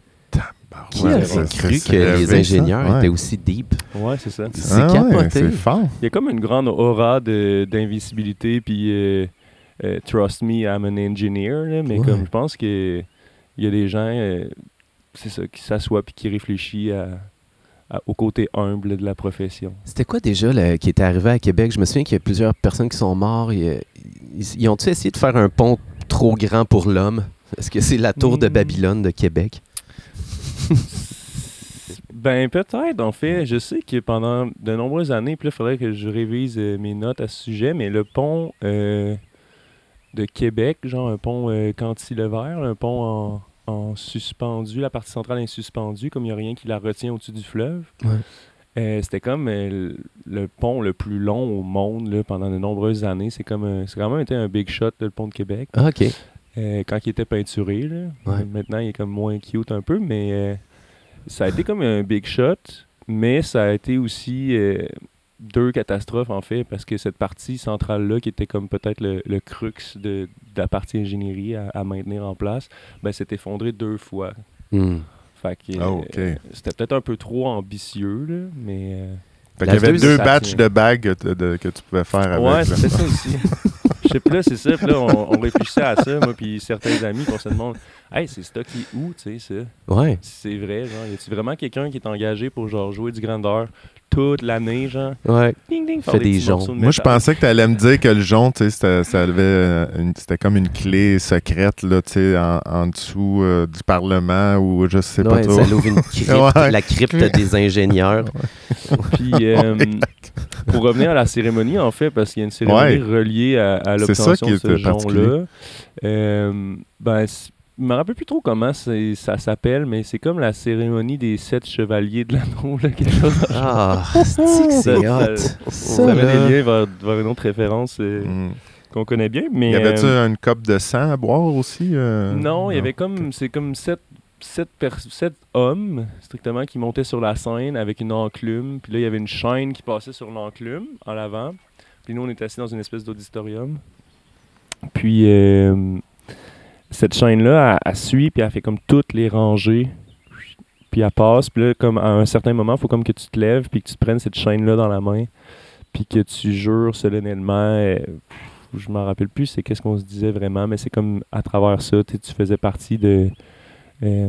Qui Ouais, aurait ça cru serait- que serait les rêvé, ça. ingénieurs Ouais. étaient aussi deep? Ouais, c'est ça. C'est Ah ouais, capoté. c'est fort. Il y a comme une grande aura de, d'invisibilité, puis euh, euh, trust me, I'm an engineer, là, mais Ouais. comme je pense que il y a des gens, euh, c'est ça, qui s'assoient puis qui réfléchissent à, à- au côté humble de la profession. C'était quoi déjà là, qui était arrivé à Québec? Je me souviens qu'il y a plusieurs personnes qui sont mortes. Ils, ils- ils ont-tu essayé de faire un pont trop grand pour l'homme? Est-ce que c'est la tour de Hmm. Babylone de Québec? Ben peut-être, en fait. Je sais que pendant de nombreuses années, puis là, il faudrait que je révise euh, mes notes à ce sujet, mais le pont euh, de Québec, genre un pont euh, cantilever, un pont en, en suspendu, la partie centrale est suspendue, comme il n'y a rien qui la retient au-dessus du fleuve. Ouais. Euh, c'était comme euh, le pont le plus long au monde là, pendant de nombreuses années. C'est comme euh, c'est quand même été un big shot, là, le pont de Québec. Ah, OK. Euh, quand il était peinturé, là. Ouais. Maintenant il est comme moins cute un peu, mais euh, ça a été comme un big shot, mais ça a été aussi euh, deux catastrophes en fait, parce que cette partie centrale-là, qui était comme peut-être le, le crux de, de la partie ingénierie à, à maintenir en place, ben s'est effondré deux fois. Hmm. Fait que, Ah, OK. euh, c'était peut-être un peu trop ambitieux, là, mais... euh, Fait La qu'il y avait deuxième, deux ça batchs tient. de bagues que, de- que tu pouvais faire avec. ouais, là. c'était ça aussi. Je sais plus, c'est ça. Puis là, on, on réfléchissait à ça, moi, puis certains amis, qu'on se demande, hey, c'est stocké où, tu sais, ça? Ouais. C'est vrai, genre, y a-tu vraiment quelqu'un qui est engagé pour, genre, jouer du grandeur toute l'année, genre? Ouais. Ding, ding, faire Fait des des petits joncs. morceaux de Moi, je métal. pensais que tu allais me dire que le jonc, tu sais, c'était, ça avait, euh, une- c'était comme une clé secrète, là, tu sais, en, en dessous euh, du Parlement ou je sais pas Ouais, trop. ça l'ouvre une crypte, Ouais. la crypte des ingénieurs. Puis, euh, pour revenir à la cérémonie, en fait, parce qu'il y a une cérémonie Ouais. reliée à, à C'est l'obtention ça qui de est, ce euh, jonc-là. particulier. Euh, ben, c- je me rappelle plus trop comment c'est- ça s'appelle, mais c'est comme la cérémonie des sept chevaliers de l'anneau, là, quelque chose. dans le genre. Ah, c'est que c'est Ça- hot. ça- Ça, Ça avait là. des liens vers, vers une autre référence euh, Mm. qu'on connaît bien, mais... Y avait-tu euh, une coupe de sang à boire aussi? euh? non, il y avait comme... C'est comme sept, sept, pers- sept hommes, strictement, qui montaient sur la scène avec une enclume. Puis là, il y avait une chaîne qui passait sur l'enclume, en l'avant. Puis nous, on était assis dans une espèce d'auditorium. Puis euh, cette chaîne-là, elle, elle suit, puis elle fait comme toutes les rangées. Puis elle passe. Puis là, comme à un certain moment, il faut comme que tu te lèves, puis que tu te prennes cette chaîne-là dans la main. Puis que tu jures solennellement... euh, je m'en rappelle plus c'est qu'est-ce qu'on se disait vraiment, mais c'est comme à travers ça, tu sais, tu faisais partie de euh,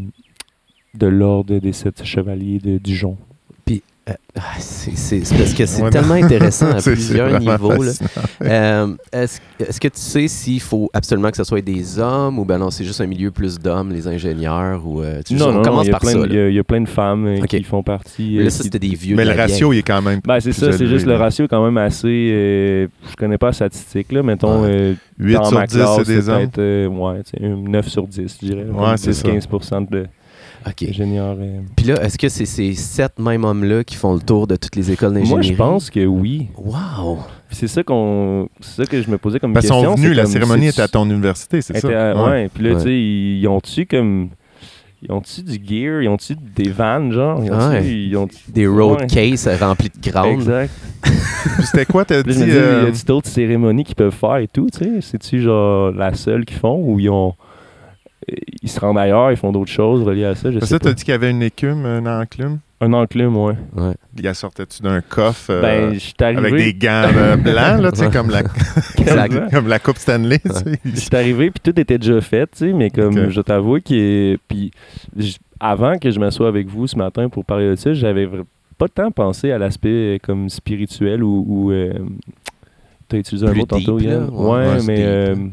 de l'ordre des sept chevaliers de Dijon. Ah, c'est, c'est- c'est parce que c'est Ouais, tellement intéressant à C'est- c'est plusieurs vraiment niveaux. Là. fascinant. Euh, est-ce, est-ce que tu sais s'il faut absolument que ce soit des hommes ou ben non, c'est juste un milieu plus d'hommes, les ingénieurs ou euh, tu sais, Non, on non, non, commence il y a par plein ça. de- là. il y, a- il y a plein de femmes euh, Ok. qui font partie. Mais euh, là, ça, qui- c'était des vieux. Mais de le la ratio, il est quand même Ben, c'est plus ça, c'est élevé, juste le là. ratio est quand même assez. Euh, je connais pas la statistique, là. Mettons, Ouais. euh, huit dans sur ma dix, classe, c'est des hommes. peut-être euh, ouais, tu sais, un neuf sur dix, je dirais. Ouais, c'est ça. quinze pour cent de OK. ingénieurs. euh. Puis là, est-ce que c'est ces sept mêmes hommes-là qui font le tour de toutes les écoles d'ingénierie? Moi, je pense que oui. Wow! Puis C'est ça qu'on, c'est ça que je me posais comme Parce qu'ils question. sont venus, c'est la comme, cérémonie c'est- était à ton université, c'est était ça? à- ouais. Puis là, Ouais. tu sais, ils, ils ont-tu comme. Ils ont-tu du gear? Ils ont-tu des vannes, genre? Ils ont-tu. Ouais. Ils ont Des road ouais. cases remplis de ground. Exact. Puis c'était quoi, t'as Puis là, je me dit? dis, euh, y a-tu d'autres cérémonies qu'ils peuvent faire et tout, tu sais? C'est-tu genre la seule qu'ils font ou ils ont. Ils se rendent ailleurs, ils font d'autres choses reliées à ça, je Parce sais que pas. t'as dit qu'il y avait une écume, un enclume. Un enclume, ouais. Ouais. Il la sortait-tu d'un coffre euh, ben, je suis arrivé. avec des gants euh, blancs, là, tu sais, Ouais. comme la, Exact. comme la Coupe Stanley, tu sais. Je suis arrivé, puis tout était déjà fait, tu sais, mais comme Ok. je t'avoue que. Puis j- avant que je m'assoie avec vous ce matin pour parler de ça, j'avais vra- pas tant pensé à l'aspect euh, comme spirituel ou. ou euh, t'as utilisé un Plus mot tantôt, deep, là. Yann? Ouais, Ouais, ouais, c'est mais. deep, euh, là.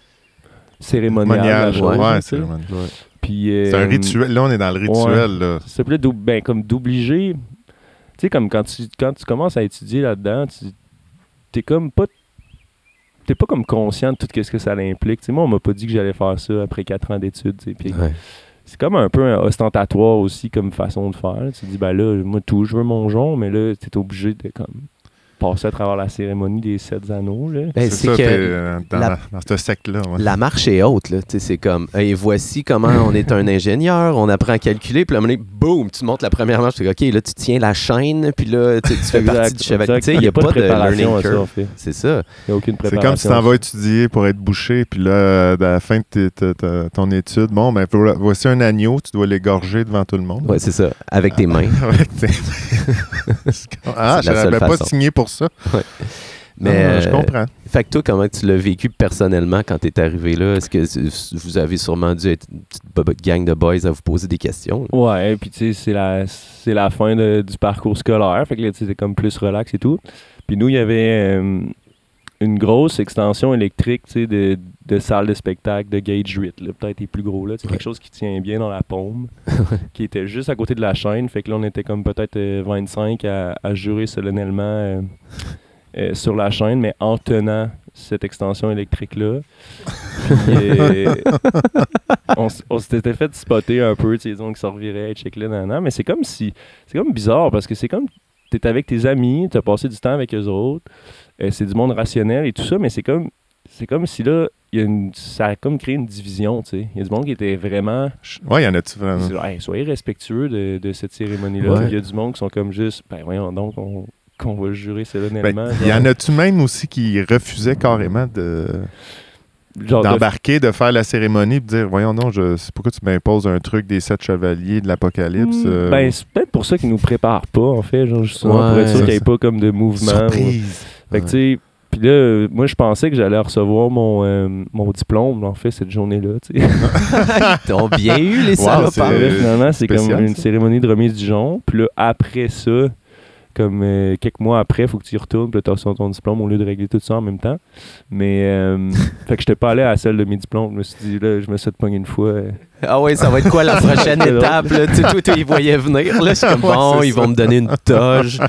cérémonial, la Cérémonial, chose, ouais, tu sais. cérémonial. Ouais. Puis, euh, C'est un rituel. Là, on est dans le rituel, là. Ça plaît d'ob- ben, comme d'obliger. Tu sais, comme quand tu, quand tu commences à étudier là-dedans, tu t'es comme pas. T'es pas comme conscient de tout ce que ça implique. Tu sais, moi, on m'a pas dit que j'allais faire ça après quatre ans d'études. tu sais, Puis Ouais. c'est comme un peu un ostentatoire aussi comme façon de faire. Tu te dis, ben là, moi, tout, je veux mon jonc, mais là, t'es obligé de comme passer à travers la cérémonie des sept anneaux. Là. Ben, C'est c'est ça, que t'es euh, dans, la- la- dans ce secte-là. Ouais. la marche est haute, là. Tu sais, c'est comme, et voici comment on est un ingénieur, on apprend à calculer, puis à un moment donné, boum, tu montes la première marche, tu dis, OK, là, tu tiens la chaîne, puis là, tu, tu fais partie du chevalier. Tu sais, il n'y a pas de, préparation learning à ça, curve. en fait. C'est ça. Il n'y a aucune C'est préparation. comme si tu t'en vas étudier pour être bouché, puis là, euh, à la fin de tes- ta- ta- ton étude, bon, ben voilà, voici un agneau, tu dois l'égorger devant tout le monde. Ouais, c'est ça. Avec tes mains. Avec tes- ah, C'est je la seule n'avais pas façon. signé pour ça. Mais, Ah, je euh, comprends. Fait que toi, comment tu l'as vécu personnellement quand tu es arrivé là? Est-ce que c'est- vous avez sûrement dû être une petite bo- gang de boys à vous poser des questions? là? Ouais, puis tu sais, c'est la, c'est la fin de- du parcours scolaire. Fait que là, tu sais, c'est comme plus relax et tout. Puis nous, il y avait. euh, une grosse extension électrique, tu sais, de, de salle de spectacle, de Gage huit, là, peut-être les plus gros, là, c'est Ouais. quelque chose qui tient bien dans la paume, qui était juste à côté de la chaîne, fait que là, on était comme peut-être euh, vingt-cinq à, à jurer solennellement euh, euh, sur la chaîne, mais en tenant cette extension électrique-là. Puis, euh, on, s- on s'était fait spotter un peu, tu sais, disons, qui s'en revirait, check là, nan, nan, mais c'est comme si, c'est comme bizarre, parce que c'est comme, t'es avec tes amis, t'as passé du temps avec eux autres, euh, c'est du monde rationnel et tout ça, mais c'est comme, c'est comme si là, il y a une, ça a comme créé une division, tu sais. Il y a du monde qui était vraiment, Ouais, y en a-tu vraiment? c'est, hey, soyez respectueux de, de cette cérémonie-là. Ouais. Il y a du monde qui sont comme juste, ben voyons donc, on, qu'on va le jurer Ben, solennellement. y en a-tu même aussi qui refusaient carrément de, genre de- d'embarquer, de faire la cérémonie et de dire voyons non, je, c'est pourquoi tu m'imposes un truc des sept chevaliers de l'Apocalypse? euh, Ben, c'est peut-être pour ça qu'ils nous préparent pas, en fait, genre, justement, pour Ouais, être sûr c'est qu'il n'y ait ça. pas comme de mouvement. ou- surprise. Fait que, tu sais, puis là, euh, moi, je pensais que j'allais recevoir mon, euh, mon diplôme, en fait, cette journée-là, tu sais. Ils t'ont bien eu, les Wow, salopards. c'est- Là, finalement, c'est spécial, comme une ça. cérémonie de remise du Dijon. Puis là, après ça, comme euh, quelques mois après, il faut que tu y retournes, puis là, tu reçois ton diplôme au lieu de régler tout ça en même temps. Mais, euh, fait que j'étais pas allé à celle de mes diplômes. Je me suis dit, là, je me suis fait pogner une fois. euh. Ah ouais, ça va être quoi la prochaine C'est étape? Là? Tu sais, toi, toi, ils voyaient venir. Là, c'est comme Ouais, bon, c'est ils ça. vont me donner une toge.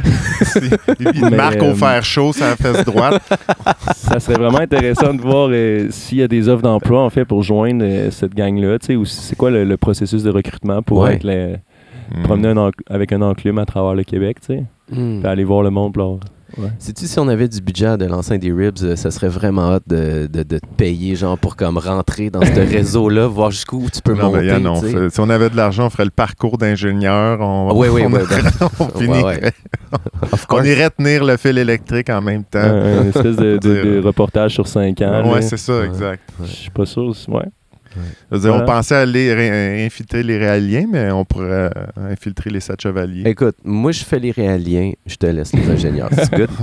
Il Mais, marque au euh, fer chaud sur la fesse droite. Ça serait vraiment intéressant de voir euh, s'il y a des offres d'emploi, en fait, pour joindre euh, cette gang-là, tu sais, ou si- c'est quoi le, le processus de recrutement pour Ouais. être le- Hmm. promener un enc- avec un enclume à travers le Québec, tu sais, Hmm. puis aller voir le monde, puis leur- Sais-tu, si on avait du budget de l'enceinte des Ribs, euh, ça serait vraiment hot de, de, de te payer, genre, pour comme rentrer dans ce réseau-là, voir jusqu'où tu peux Non, mais monter. Yann, on tu sais. fait- si on avait de l'argent, on ferait le parcours d'ingénieur. On, Ah, oui, oui, on, oui, irait- ben, on ouais, finirait- ouais. Of on course. irait tenir le fil électrique en même temps. un, un espèce de, de- de Dire- reportage sur cinq ans. ouais, là. c'est ça, Ouais. exact. Je suis pas sûr. c'est- Ouais. Je veux dire, Voilà. On pensait aller ré- infiltrer les réaliens, mais on pourrait euh, infiltrer les sept chevaliers. Écoute, moi, je fais les réaliens, je te laisse les ingénieurs. C'est good?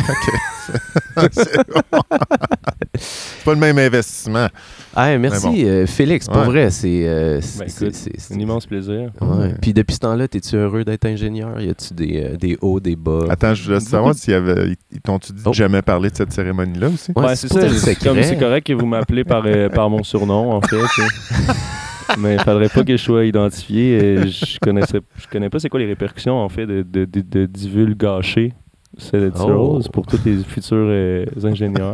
c'est bon. C'est pas le même investissement. Ah, merci, Mais bon. euh, Félix. Pour Ouais. vrai, c'est... euh, c'est- Ben, c'est- écoute, c'est- C'est un immense plaisir. Ouais. Puis depuis ce temps-là, es-tu heureux d'être ingénieur? Y a-tu des, euh, des hauts, des bas? Attends, je voulais savoir s'il y avait. Ils t'ont-tu dit Oh. de jamais parler de cette cérémonie-là aussi? Ouais, Ouais, c'est c'est pas ça. un C'est secret. comme c'est correct que vous m'appelez par, euh, par mon surnom, en fait. tu sais. Mais il faudrait pas que je sois identifié. euh, Je connaissais, je connais pas c'est quoi les répercussions, en fait, de, de, de, de divulgacher cette Oh. chose pour tous les futurs euh, ingénieurs.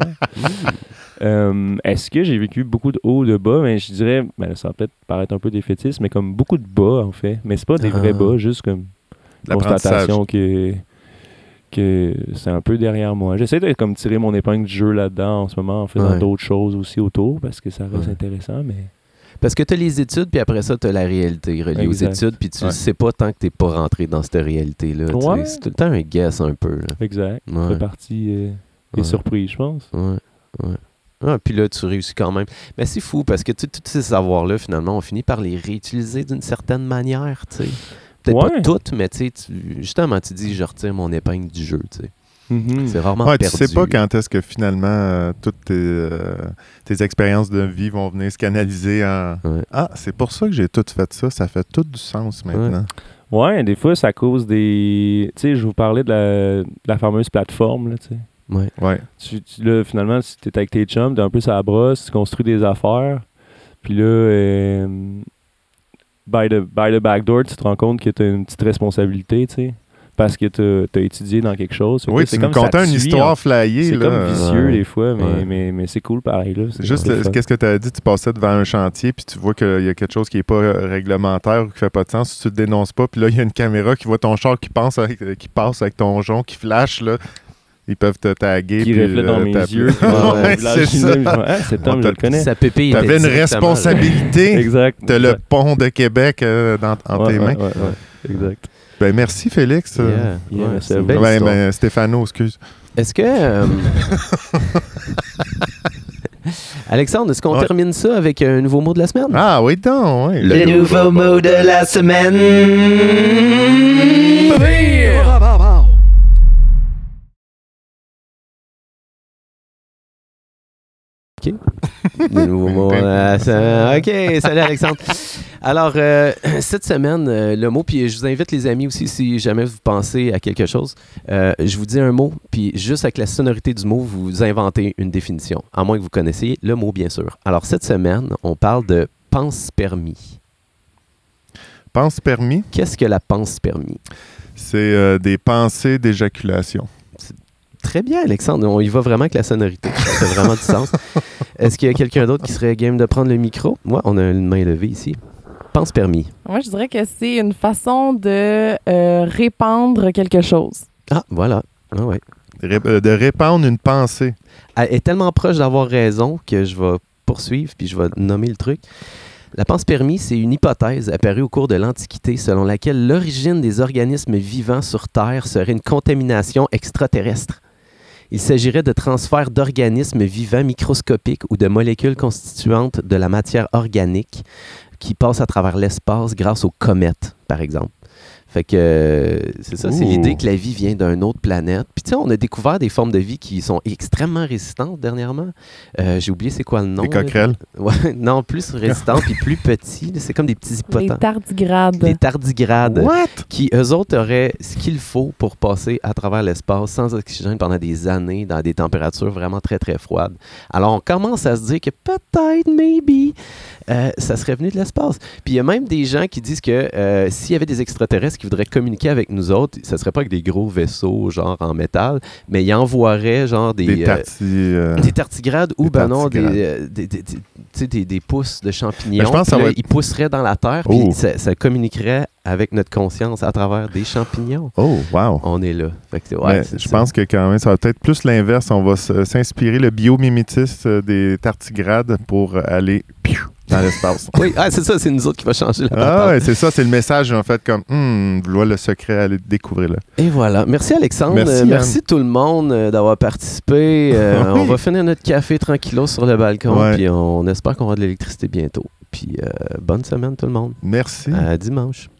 Euh, Est-ce que j'ai vécu beaucoup de hauts, de bas? Mais je dirais, ben, ça va peut-être paraître un peu défaitiste, mais comme beaucoup de bas, en fait. Mais c'est pas des vrais Ah. bas, juste comme De l'apprentissage. constatation que, que c'est un peu derrière moi. J'essaie de comme tirer mon épingle du jeu là-dedans en ce moment, en faisant Ouais. d'autres choses aussi autour, parce que ça reste Ouais. intéressant, mais... Parce que tu as les études, puis après ça, tu as la réalité reliée Exact. aux études, puis tu Ouais. ne sais pas tant que tu pas rentré dans cette réalité-là. tu sais. Ouais. C'est tout le temps un guess un peu. Là. Exact. Ça Ouais. fait partie euh, des Ouais. surprises, je pense. Ouais, ouais. Ah, puis là, tu réussis quand même. Mais c'est fou parce que tu sais, tous ces savoirs-là, finalement, on finit par les réutiliser d'une certaine manière. tu sais. Peut-être Ouais. pas toutes, mais tu sais, tu- justement, tu dis, je retire mon épingle du jeu. tu sais. Mhm. C'est rarement Ouais, tu perdu. sais pas quand est-ce que finalement euh, toutes tes, euh, tes expériences de vie vont venir se canaliser en Ouais. Ah, c'est pour ça que j'ai tout fait ça, ça fait tout du sens maintenant. Ouais, des fois, ça cause des... Tu sais, je vous parlais de la, de la fameuse plateforme, là, tu sais. Ouais. Ouais. Tu, tu- là, finalement, si t'es avec tes chums, t'es un peu sur la brosse, tu construis des affaires, puis là, euh, by, the, by the back door, tu te rends compte que t'as une petite responsabilité, tu sais, parce que t'as, t'as étudié dans quelque chose. Fait que Oui, là, tu c'est nous comme ça contais te une suit, histoire en- flyée. C'est là. comme vicieux Ouais. des fois, mais, Ouais. mais, mais c'est cool pareil. Là. C'est Juste, c'est le- le fun. qu'est-ce que tu as dit? Tu passais devant un chantier, puis tu vois qu'il y a quelque chose qui n'est pas euh, réglementaire ou qui fait pas de sens. Si tu le dénonces pas, puis là, il y a une caméra qui voit ton char qui, pense avec- euh, qui passe avec ton jonc, qui flash, là. Ils peuvent te taguer. Qui puis, reflète dans euh, mes t'appeler. yeux. Ouais, Ouais, c'est ça. Ah, cet homme, On je t'a- le connais. Sa pépille T'avais était une directement là. responsabilité. Exact. T'as le exact. pont de Québec euh, dans, en Ouais, tes ouais, mains. ouais, ouais. Exact. Ben, merci, Félix. Yeah, Yeah, ouais, merci c'est à une vous. belle Ben, histoire. ben, Stéphano, excuse. Est-ce que... euh, Alexandre, est-ce qu'on Ouais. termine ça avec un nouveau mot de la semaine? Ah, oui, donc, oui. Le nouveau mot de la semaine. Le nouveau mot de la semaine. OK, salut Alexandre. Alors, euh, cette semaine, euh, le mot, puis je vous invite les amis aussi, si jamais vous pensez à quelque chose, euh, je vous dis un mot, puis juste avec la sonorité du mot, vous inventez une définition, à moins que vous connaissiez le mot, bien sûr. Alors, cette semaine, on parle de panspermie. Panspermie, Qu'est-ce que la panspermie? c'est euh, des pensées d'éjaculation. Très bien, Alexandre. On y va vraiment avec la sonorité. Ça fait vraiment du sens. Est-ce qu'il y a quelqu'un d'autre qui serait game de prendre le micro? Moi, on a une main levée ici. Panspermie. Moi, je dirais que c'est une façon de euh, répandre quelque chose. Ah, voilà. Ah, ouais. Ré- euh, de répandre une pensée. Elle est tellement proche d'avoir raison que je vais poursuivre puis je vais nommer le truc. La panspermie, c'est une hypothèse apparue au cours de l'Antiquité selon laquelle l'origine des organismes vivants sur Terre serait une contamination extraterrestre. Il s'agirait de transferts d'organismes vivants microscopiques ou de molécules constituantes de la matière organique qui passent à travers l'espace grâce aux comètes, par exemple. Fait que euh, c'est ça, c'est Ouh. l'idée que la vie vient d'une autre planète. Puis tu sais, on a découvert des formes de vie qui sont extrêmement résistantes dernièrement. Euh, j'ai oublié c'est quoi le nom. Des là. coquerelles. Ouais, non, plus résistantes puis plus petits. là. C'est comme des petits Les hippopotams. tardigrades. Des tardigrades. What? Qui, eux autres, auraient ce qu'il faut pour passer à travers l'espace sans oxygène pendant des années dans des températures vraiment très, très froides. Alors, on commence à se dire que peut-être, maybe, euh, ça serait venu de l'espace. Puis, il y a même des gens qui disent que euh, s'il y avait des extraterrestres qui voudraient communiquer avec nous autres, ça serait pas avec des gros vaisseaux, genre en métal, mais ils envoieraient, genre, des... Des euh, tartis... euh, des tardigrades ou, Des ben non, des, tardigrades. euh, des, des, des, tu sais, des, des pousses de champignons. Ben, je pense que ça Puis là, va être- ils pousseraient dans la terre, Oh. puis ça, ça communiquerait avec notre conscience à travers des champignons. Oh, wow. On est là. Fait que c'est- ouais, Mais c'est je ça. pense que quand même, ça va peut-être plus l'inverse. On va s- s'inspirer le biomimétisme euh, des tardigrades pour aller piou, dans l'espace. Oui, ah, c'est ça, c'est nous autres qui va changer la Ah patente. ouais, c'est ça, c'est le message en fait comme hum, voilà le secret, allez découvrir là. Et voilà. Merci Alexandre. Merci, Euh, Yann. merci tout le monde euh, d'avoir participé. Euh, Oui. On va finir notre café tranquillos sur le balcon, Ouais. puis on espère qu'on aura de l'électricité bientôt. Puis euh, bonne semaine tout le monde. Merci. À dimanche.